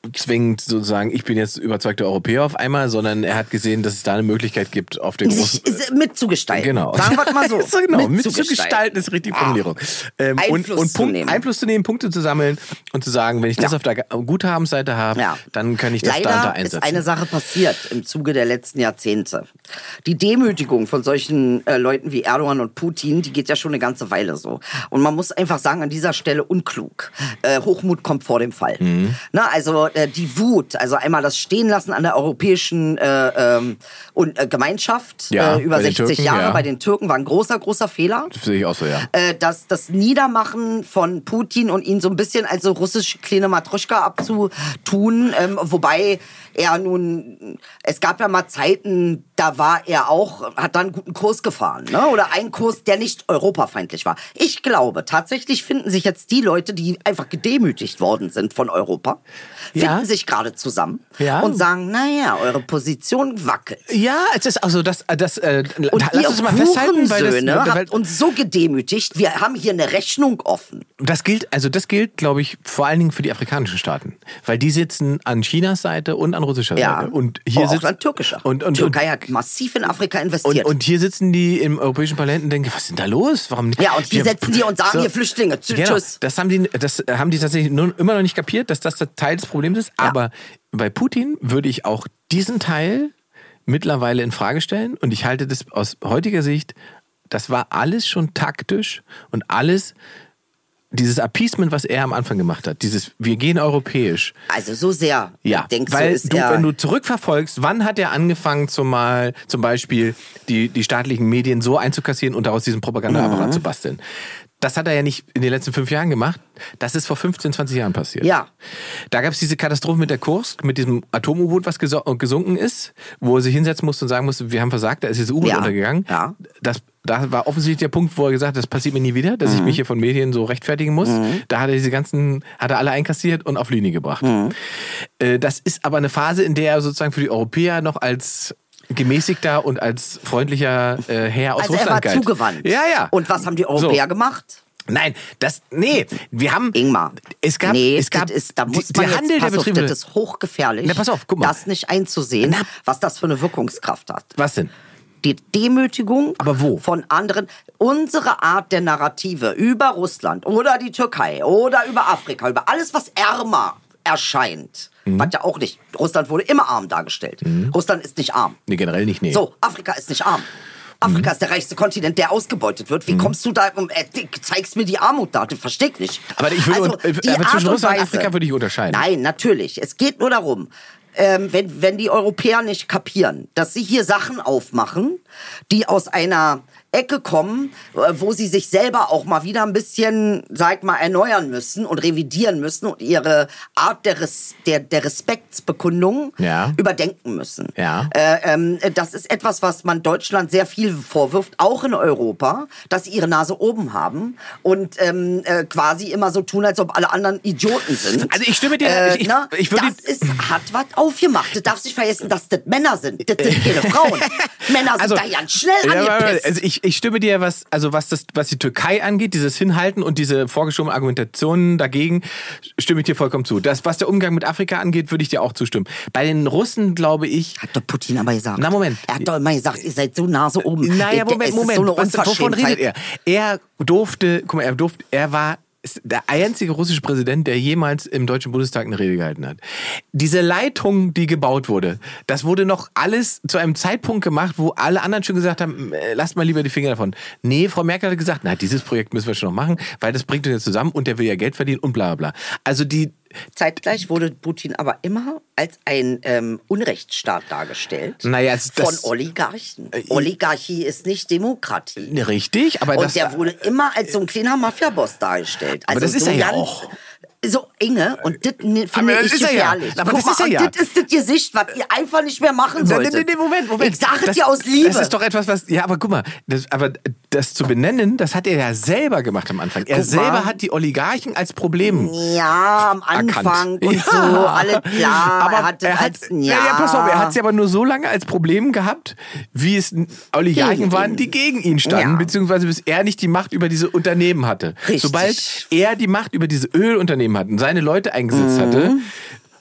[SPEAKER 2] zwingend sozusagen, ich bin jetzt überzeugter Europäer auf einmal, sondern er hat gesehen, dass es da eine Möglichkeit gibt, auf den großen...
[SPEAKER 3] Sich mitzugestalten.
[SPEAKER 2] Genau.
[SPEAKER 3] Sagen wir mal so.
[SPEAKER 2] so genau, mitzugestalten ist richtig die Formulierung. Ähm,
[SPEAKER 3] Einfluss
[SPEAKER 2] und und
[SPEAKER 3] zu
[SPEAKER 2] Punkt,
[SPEAKER 3] nehmen.
[SPEAKER 2] Einfluss zu nehmen, Punkte zu sammeln und zu sagen, wenn ich das
[SPEAKER 3] Ja.
[SPEAKER 2] auf der Guthabenseite habe,
[SPEAKER 3] Ja.
[SPEAKER 2] dann kann ich das
[SPEAKER 3] Leider
[SPEAKER 2] da und da einsetzen.
[SPEAKER 3] ist eine Sache passiert im Zuge der letzten Jahrzehnte. Die Demütigung von solchen äh, Leuten wie Erdogan und Putin, die geht ja schon eine ganze Weile so. Und man muss einfach sagen, an dieser Stelle unklug. Äh, Hochmut kommt vor dem Fall.
[SPEAKER 2] Mhm.
[SPEAKER 3] Na, also äh, die Wut, also einmal das Stehenlassen an der europäischen äh, ähm, und, äh, Gemeinschaft
[SPEAKER 2] Ja,
[SPEAKER 3] äh, über
[SPEAKER 2] bei den
[SPEAKER 3] sechzig
[SPEAKER 2] Türken,
[SPEAKER 3] Jahre
[SPEAKER 2] ja.
[SPEAKER 3] bei den Türken war ein großer, großer Fehler.
[SPEAKER 2] Das sehe ich auch so, ja.
[SPEAKER 3] Äh, das, das Niedermachen von Putin und ihn so ein bisschen als so russische kleine Matroschka abzutun, ähm, wobei er nun, es gab ja mal Zeiten, da war er auch, hat dann einen guten Kurs gefahren, ne? Oder einen Kurs, der nicht europafeindlich war. Ich glaube, tatsächlich finden sich jetzt die Leute, die einfach gedemütigt worden sind von Europa,
[SPEAKER 2] Ja.
[SPEAKER 3] finden sich gerade zusammen
[SPEAKER 2] Ja.
[SPEAKER 3] und sagen, naja, eure Position wackelt.
[SPEAKER 2] Ja, es ist also das, das äh,
[SPEAKER 3] Und
[SPEAKER 2] lass
[SPEAKER 3] ihr
[SPEAKER 2] uns mal festhalten, weil
[SPEAKER 3] Hurensöhne
[SPEAKER 2] das, weil,
[SPEAKER 3] habt uns so gedemütigt, wir haben hier eine Rechnung offen.
[SPEAKER 2] das gilt, also das gilt, glaube ich, vor allen Dingen für die afrikanischen Staaten, weil die sitzen an Chinas Seite und an russischer
[SPEAKER 3] Ja,
[SPEAKER 2] Seite und hier
[SPEAKER 3] auch
[SPEAKER 2] sitzt
[SPEAKER 3] an türkischer.
[SPEAKER 2] und und,
[SPEAKER 3] Türkei hat massiv in Afrika
[SPEAKER 2] und
[SPEAKER 3] investiert.
[SPEAKER 2] und hier sitzen die im europäischen Parlament und denken, was ist denn da los? Warum nicht?
[SPEAKER 3] Ja, und hier sitzen die und sagen, hier Flüchtlinge, tschüss,
[SPEAKER 2] Genau,
[SPEAKER 3] tschüss.
[SPEAKER 2] das haben die, das haben die tatsächlich nur, immer noch nicht kapiert, dass das der Teil des Problems ist.
[SPEAKER 3] Ja.
[SPEAKER 2] Aber bei Putin würde ich auch diesen Teil mittlerweile in Frage stellen. Und ich halte das aus heutiger Sicht, das war alles schon taktisch und alles, dieses Appeasement, was er am Anfang gemacht hat, dieses, wir gehen europäisch.
[SPEAKER 3] Also so sehr.
[SPEAKER 2] Ja,
[SPEAKER 3] denkst
[SPEAKER 2] weil
[SPEAKER 3] du, ist
[SPEAKER 2] du,
[SPEAKER 3] er,
[SPEAKER 2] wenn du zurückverfolgst, wann hat er angefangen, zumal, zum Beispiel die, die staatlichen Medien so einzukassieren und daraus diesen Propagandaapparat
[SPEAKER 3] Mhm.
[SPEAKER 2] zu basteln? Das hat er ja nicht in den letzten fünf Jahren gemacht. Das ist vor fünfzehn, zwanzig Jahren passiert.
[SPEAKER 3] Ja.
[SPEAKER 2] Da gab es diese Katastrophe mit der Kursk, mit diesem Atom-U-Boot, was geso- gesunken ist, wo er sich hinsetzen musste und sagen musste, wir haben versagt, da ist das U-Boot
[SPEAKER 3] Ja.
[SPEAKER 2] untergegangen.
[SPEAKER 3] Ja.
[SPEAKER 2] Das, da war offensichtlich der Punkt, wo er gesagt hat, das passiert mir nie wieder, dass ich mich hier von Medien so rechtfertigen muss. Da hat er diese ganzen, hat er alle einkassiert und auf Linie gebracht. Äh, Das ist aber eine Phase, in der er sozusagen für die Europäer noch als gemäßigter und als freundlicher äh, Herr aus
[SPEAKER 3] also
[SPEAKER 2] Russland
[SPEAKER 3] er war
[SPEAKER 2] galt.
[SPEAKER 3] zugewandt.
[SPEAKER 2] Ja, ja.
[SPEAKER 3] Und was haben die Europäer
[SPEAKER 2] So.
[SPEAKER 3] gemacht?
[SPEAKER 2] Nein, das, nee, wir haben,
[SPEAKER 3] Ingmar,
[SPEAKER 2] es gab,
[SPEAKER 3] nee,
[SPEAKER 2] es gab,
[SPEAKER 3] das ist, da muss
[SPEAKER 2] die,
[SPEAKER 3] man
[SPEAKER 2] der Handel
[SPEAKER 3] jetzt,
[SPEAKER 2] der
[SPEAKER 3] pass auf,
[SPEAKER 2] Betriebe.
[SPEAKER 3] das ist hochgefährlich,
[SPEAKER 2] Na, pass auf, guck mal.
[SPEAKER 3] das nicht einzusehen,
[SPEAKER 2] Na.
[SPEAKER 3] was das für eine Wirkungskraft hat.
[SPEAKER 2] Was denn?
[SPEAKER 3] Die Demütigung
[SPEAKER 2] Aber wo?
[SPEAKER 3] von anderen, unsere Art der Narrative über Russland oder die Türkei oder über Afrika, über alles, was ärmer erscheint,
[SPEAKER 2] Mhm.
[SPEAKER 3] was ja auch nicht, Russland wurde immer arm dargestellt. Russland ist nicht arm.
[SPEAKER 2] Nee, generell nicht, nee.
[SPEAKER 3] So, Afrika ist nicht arm. Afrika ist der reichste Kontinent, der ausgebeutet wird. Wie kommst du da, um, äh, zeigst mir die Armut da? Das versteh ich nicht.
[SPEAKER 2] Aber ich würde,
[SPEAKER 3] Also,
[SPEAKER 2] äh,
[SPEAKER 3] die
[SPEAKER 2] aber
[SPEAKER 3] Art
[SPEAKER 2] zwischen
[SPEAKER 3] und
[SPEAKER 2] Russland und
[SPEAKER 3] Weise-
[SPEAKER 2] Afrika würde ich unterscheiden.
[SPEAKER 3] Nein, natürlich. Es geht nur darum, ähm, wenn, wenn die Europäer nicht kapieren, dass sie hier Sachen aufmachen, die aus einer Ecke kommen, äh, wo sie sich selber auch mal wieder ein bisschen, sag mal, erneuern müssen und revidieren müssen und ihre Art der, Res der, der Respektsbekundung
[SPEAKER 2] Ja.
[SPEAKER 3] überdenken müssen.
[SPEAKER 2] Ja.
[SPEAKER 3] Äh, ähm, das ist etwas, was man Deutschland sehr viel vorwirft, auch in Europa, dass sie ihre Nase oben haben und ähm, äh, quasi immer so tun, als ob alle anderen Idioten sind.
[SPEAKER 2] Also ich stimme dir,
[SPEAKER 3] Äh,
[SPEAKER 2] ich- ich-
[SPEAKER 3] na,
[SPEAKER 2] ich würde-
[SPEAKER 3] das ist, hat was aufgemacht. Du darfst nicht vergessen, dass das Männer sind. Das sind keine Frauen. Männer sind
[SPEAKER 2] Also-
[SPEAKER 3] da ganz schnell
[SPEAKER 2] Ja, aber-
[SPEAKER 3] angepisst.
[SPEAKER 2] also ich, ich stimme dir, was, also was, das, was die Türkei angeht, dieses Hinhalten und diese vorgeschobene Argumentation dagegen, stimme ich dir vollkommen zu. Das, was der Umgang mit Afrika angeht, würde ich dir auch zustimmen. Bei den Russen glaube ich,
[SPEAKER 3] Hat doch Putin aber gesagt.
[SPEAKER 2] Na, Moment.
[SPEAKER 3] Er hat doch immer gesagt, ihr seid so Nase oben.
[SPEAKER 2] naja,
[SPEAKER 3] Es
[SPEAKER 2] Moment,
[SPEAKER 3] ist
[SPEAKER 2] Moment,
[SPEAKER 3] So eine
[SPEAKER 2] was, wovon redet
[SPEAKER 3] Unverschämtheit.
[SPEAKER 2] er? Er durfte, guck mal, er durfte, er war ist der einzige russische Präsident, der jemals im Deutschen Bundestag eine Rede gehalten hat. Diese Leitung, die gebaut wurde, das wurde noch alles zu einem Zeitpunkt gemacht, wo alle anderen schon gesagt haben, äh, lasst mal lieber die Finger davon. Nee, Frau Merkel hat gesagt, na, dieses Projekt müssen wir schon noch machen, weil das bringt uns jetzt zusammen und der will ja Geld verdienen und bla bla bla. Also die,
[SPEAKER 3] Zeitgleich wurde Putin aber immer als ein ähm, Unrechtsstaat dargestellt.
[SPEAKER 2] Naja, es- das-
[SPEAKER 3] von Oligarchen. Oligarchie ist nicht Demokratie.
[SPEAKER 2] richtig, aber
[SPEAKER 3] Und
[SPEAKER 2] das...
[SPEAKER 3] der wurde immer als so ein kleiner Mafiaboss dargestellt. Also
[SPEAKER 2] Aber das ist
[SPEAKER 3] so
[SPEAKER 2] er ja
[SPEAKER 3] ganz-
[SPEAKER 2] auch.
[SPEAKER 3] So enge und das ne-
[SPEAKER 2] Aber
[SPEAKER 3] finde
[SPEAKER 2] das
[SPEAKER 3] ich
[SPEAKER 2] ist er ja.
[SPEAKER 3] gefährlich.
[SPEAKER 2] Aber
[SPEAKER 3] Guck
[SPEAKER 2] das
[SPEAKER 3] mal,
[SPEAKER 2] ist er
[SPEAKER 3] und
[SPEAKER 2] ja.
[SPEAKER 3] das ist das Gesicht, was ihr einfach nicht mehr machen
[SPEAKER 2] Nee,
[SPEAKER 3] solltet.
[SPEAKER 2] nee, nee, Moment, Moment.
[SPEAKER 3] Ich sage es
[SPEAKER 2] Das-
[SPEAKER 3] dir aus Liebe.
[SPEAKER 2] Das ist doch etwas, was. Ja, aber guck mal, das, aber das zu benennen, das hat er ja selber gemacht am Anfang. Er
[SPEAKER 3] Guck
[SPEAKER 2] selber
[SPEAKER 3] mal.
[SPEAKER 2] hat die Oligarchen als Problem.
[SPEAKER 3] Ja, am Anfang
[SPEAKER 2] erkannt.
[SPEAKER 3] und
[SPEAKER 2] Ja.
[SPEAKER 3] so, alle klar.
[SPEAKER 2] Aber
[SPEAKER 3] er hatte
[SPEAKER 2] er hat,
[SPEAKER 3] als,
[SPEAKER 2] ja. Ja, pass auf, er hat sie aber nur so lange als Problem gehabt, wie es Oligarchen
[SPEAKER 3] Gegen
[SPEAKER 2] waren,
[SPEAKER 3] ihn.
[SPEAKER 2] die gegen ihn standen,
[SPEAKER 3] Ja.
[SPEAKER 2] beziehungsweise bis er nicht die Macht über diese Unternehmen hatte.
[SPEAKER 3] Richtig.
[SPEAKER 2] Sobald er die Macht über diese Ölunternehmen hat und seine Leute eingesetzt
[SPEAKER 3] Mhm.
[SPEAKER 2] hatte,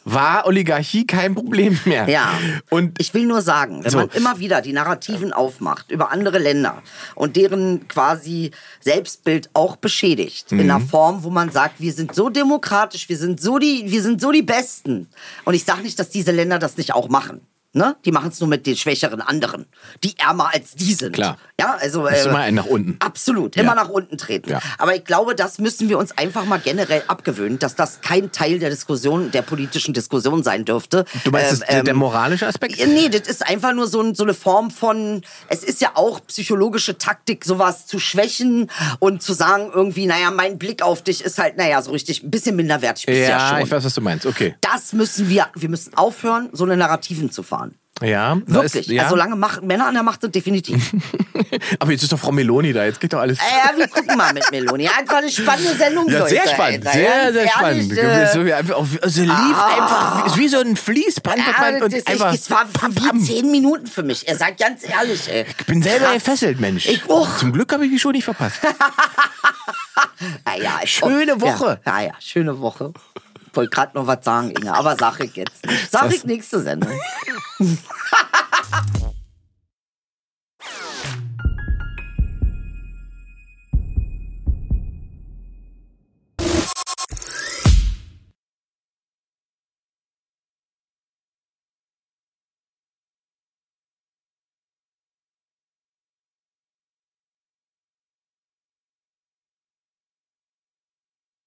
[SPEAKER 2] war Oligarchie kein Problem mehr.
[SPEAKER 3] Ja,
[SPEAKER 2] und
[SPEAKER 3] ich will nur sagen, wenn
[SPEAKER 2] so.
[SPEAKER 3] man immer wieder die Narrativen aufmacht über andere Länder und deren quasi Selbstbild auch beschädigt, mhm. in einer Form, wo man sagt, wir sind so demokratisch, wir sind so die, wir sind so die Besten. Und ich sage nicht, dass diese Länder das nicht auch machen. Ne? Die machen es nur mit den schwächeren anderen, die ärmer als die sind.
[SPEAKER 2] Klar.
[SPEAKER 3] Ja, also
[SPEAKER 2] ist
[SPEAKER 3] äh,
[SPEAKER 2] immer ein nach unten.
[SPEAKER 3] Absolut,
[SPEAKER 2] Ja.
[SPEAKER 3] immer nach unten treten.
[SPEAKER 2] Ja.
[SPEAKER 3] Aber ich glaube, das müssen wir uns einfach mal generell abgewöhnen, dass das kein Teil der Diskussion, der politischen Diskussion sein dürfte.
[SPEAKER 2] Du meinst,
[SPEAKER 3] Ähm,
[SPEAKER 2] das, der, der moralische Aspekt?
[SPEAKER 3] Nee, das ist einfach nur so, ein, so eine Form von, es ist ja auch psychologische Taktik, sowas zu schwächen und zu sagen irgendwie, naja, mein Blick auf dich ist halt, naja, so richtig ein bisschen minderwertig bist
[SPEAKER 2] Ja,
[SPEAKER 3] ja schon.
[SPEAKER 2] ich weiß, was du meinst. Okay.
[SPEAKER 3] Das müssen wir, wir müssen aufhören, so eine Narrativen zu fahren.
[SPEAKER 2] Ja, da
[SPEAKER 3] Wirklich.
[SPEAKER 2] Ist, ja.
[SPEAKER 3] Also solange Macht, Männer an der Macht sind, definitiv.
[SPEAKER 2] Aber jetzt ist doch Frau Meloni da, jetzt geht doch alles.
[SPEAKER 3] Ja, wir gucken mal mit Meloni. Ja, war eine spannende Sendung,
[SPEAKER 2] Ja,
[SPEAKER 3] Leute.
[SPEAKER 2] sehr spannend,
[SPEAKER 3] Alter.
[SPEAKER 2] sehr,
[SPEAKER 3] Ganz
[SPEAKER 2] sehr
[SPEAKER 3] ehrlich,
[SPEAKER 2] spannend.
[SPEAKER 3] äh,
[SPEAKER 2] So wie einfach auf, also lief
[SPEAKER 3] Ah.
[SPEAKER 2] einfach, ist wie so ein Fließband.
[SPEAKER 3] Ja,
[SPEAKER 2] man, und
[SPEAKER 3] das,
[SPEAKER 2] einfach,
[SPEAKER 3] ich, es war
[SPEAKER 2] pam,
[SPEAKER 3] wie
[SPEAKER 2] pam.
[SPEAKER 3] zehn Minuten für mich. Er sagt ganz ehrlich, ey.
[SPEAKER 2] Ich bin selber
[SPEAKER 3] Krass.
[SPEAKER 2] gefesselt, Mensch.
[SPEAKER 3] Ich auch.
[SPEAKER 2] Zum Glück habe ich die schon nicht verpasst.
[SPEAKER 3] Ja, ja, ich,
[SPEAKER 2] Schöne Woche.
[SPEAKER 3] Ja, ja, ja, schöne Woche. Ich wollte gerade noch was sagen, Inge, aber sag ich jetzt nicht. Sag ich nächste Sendung.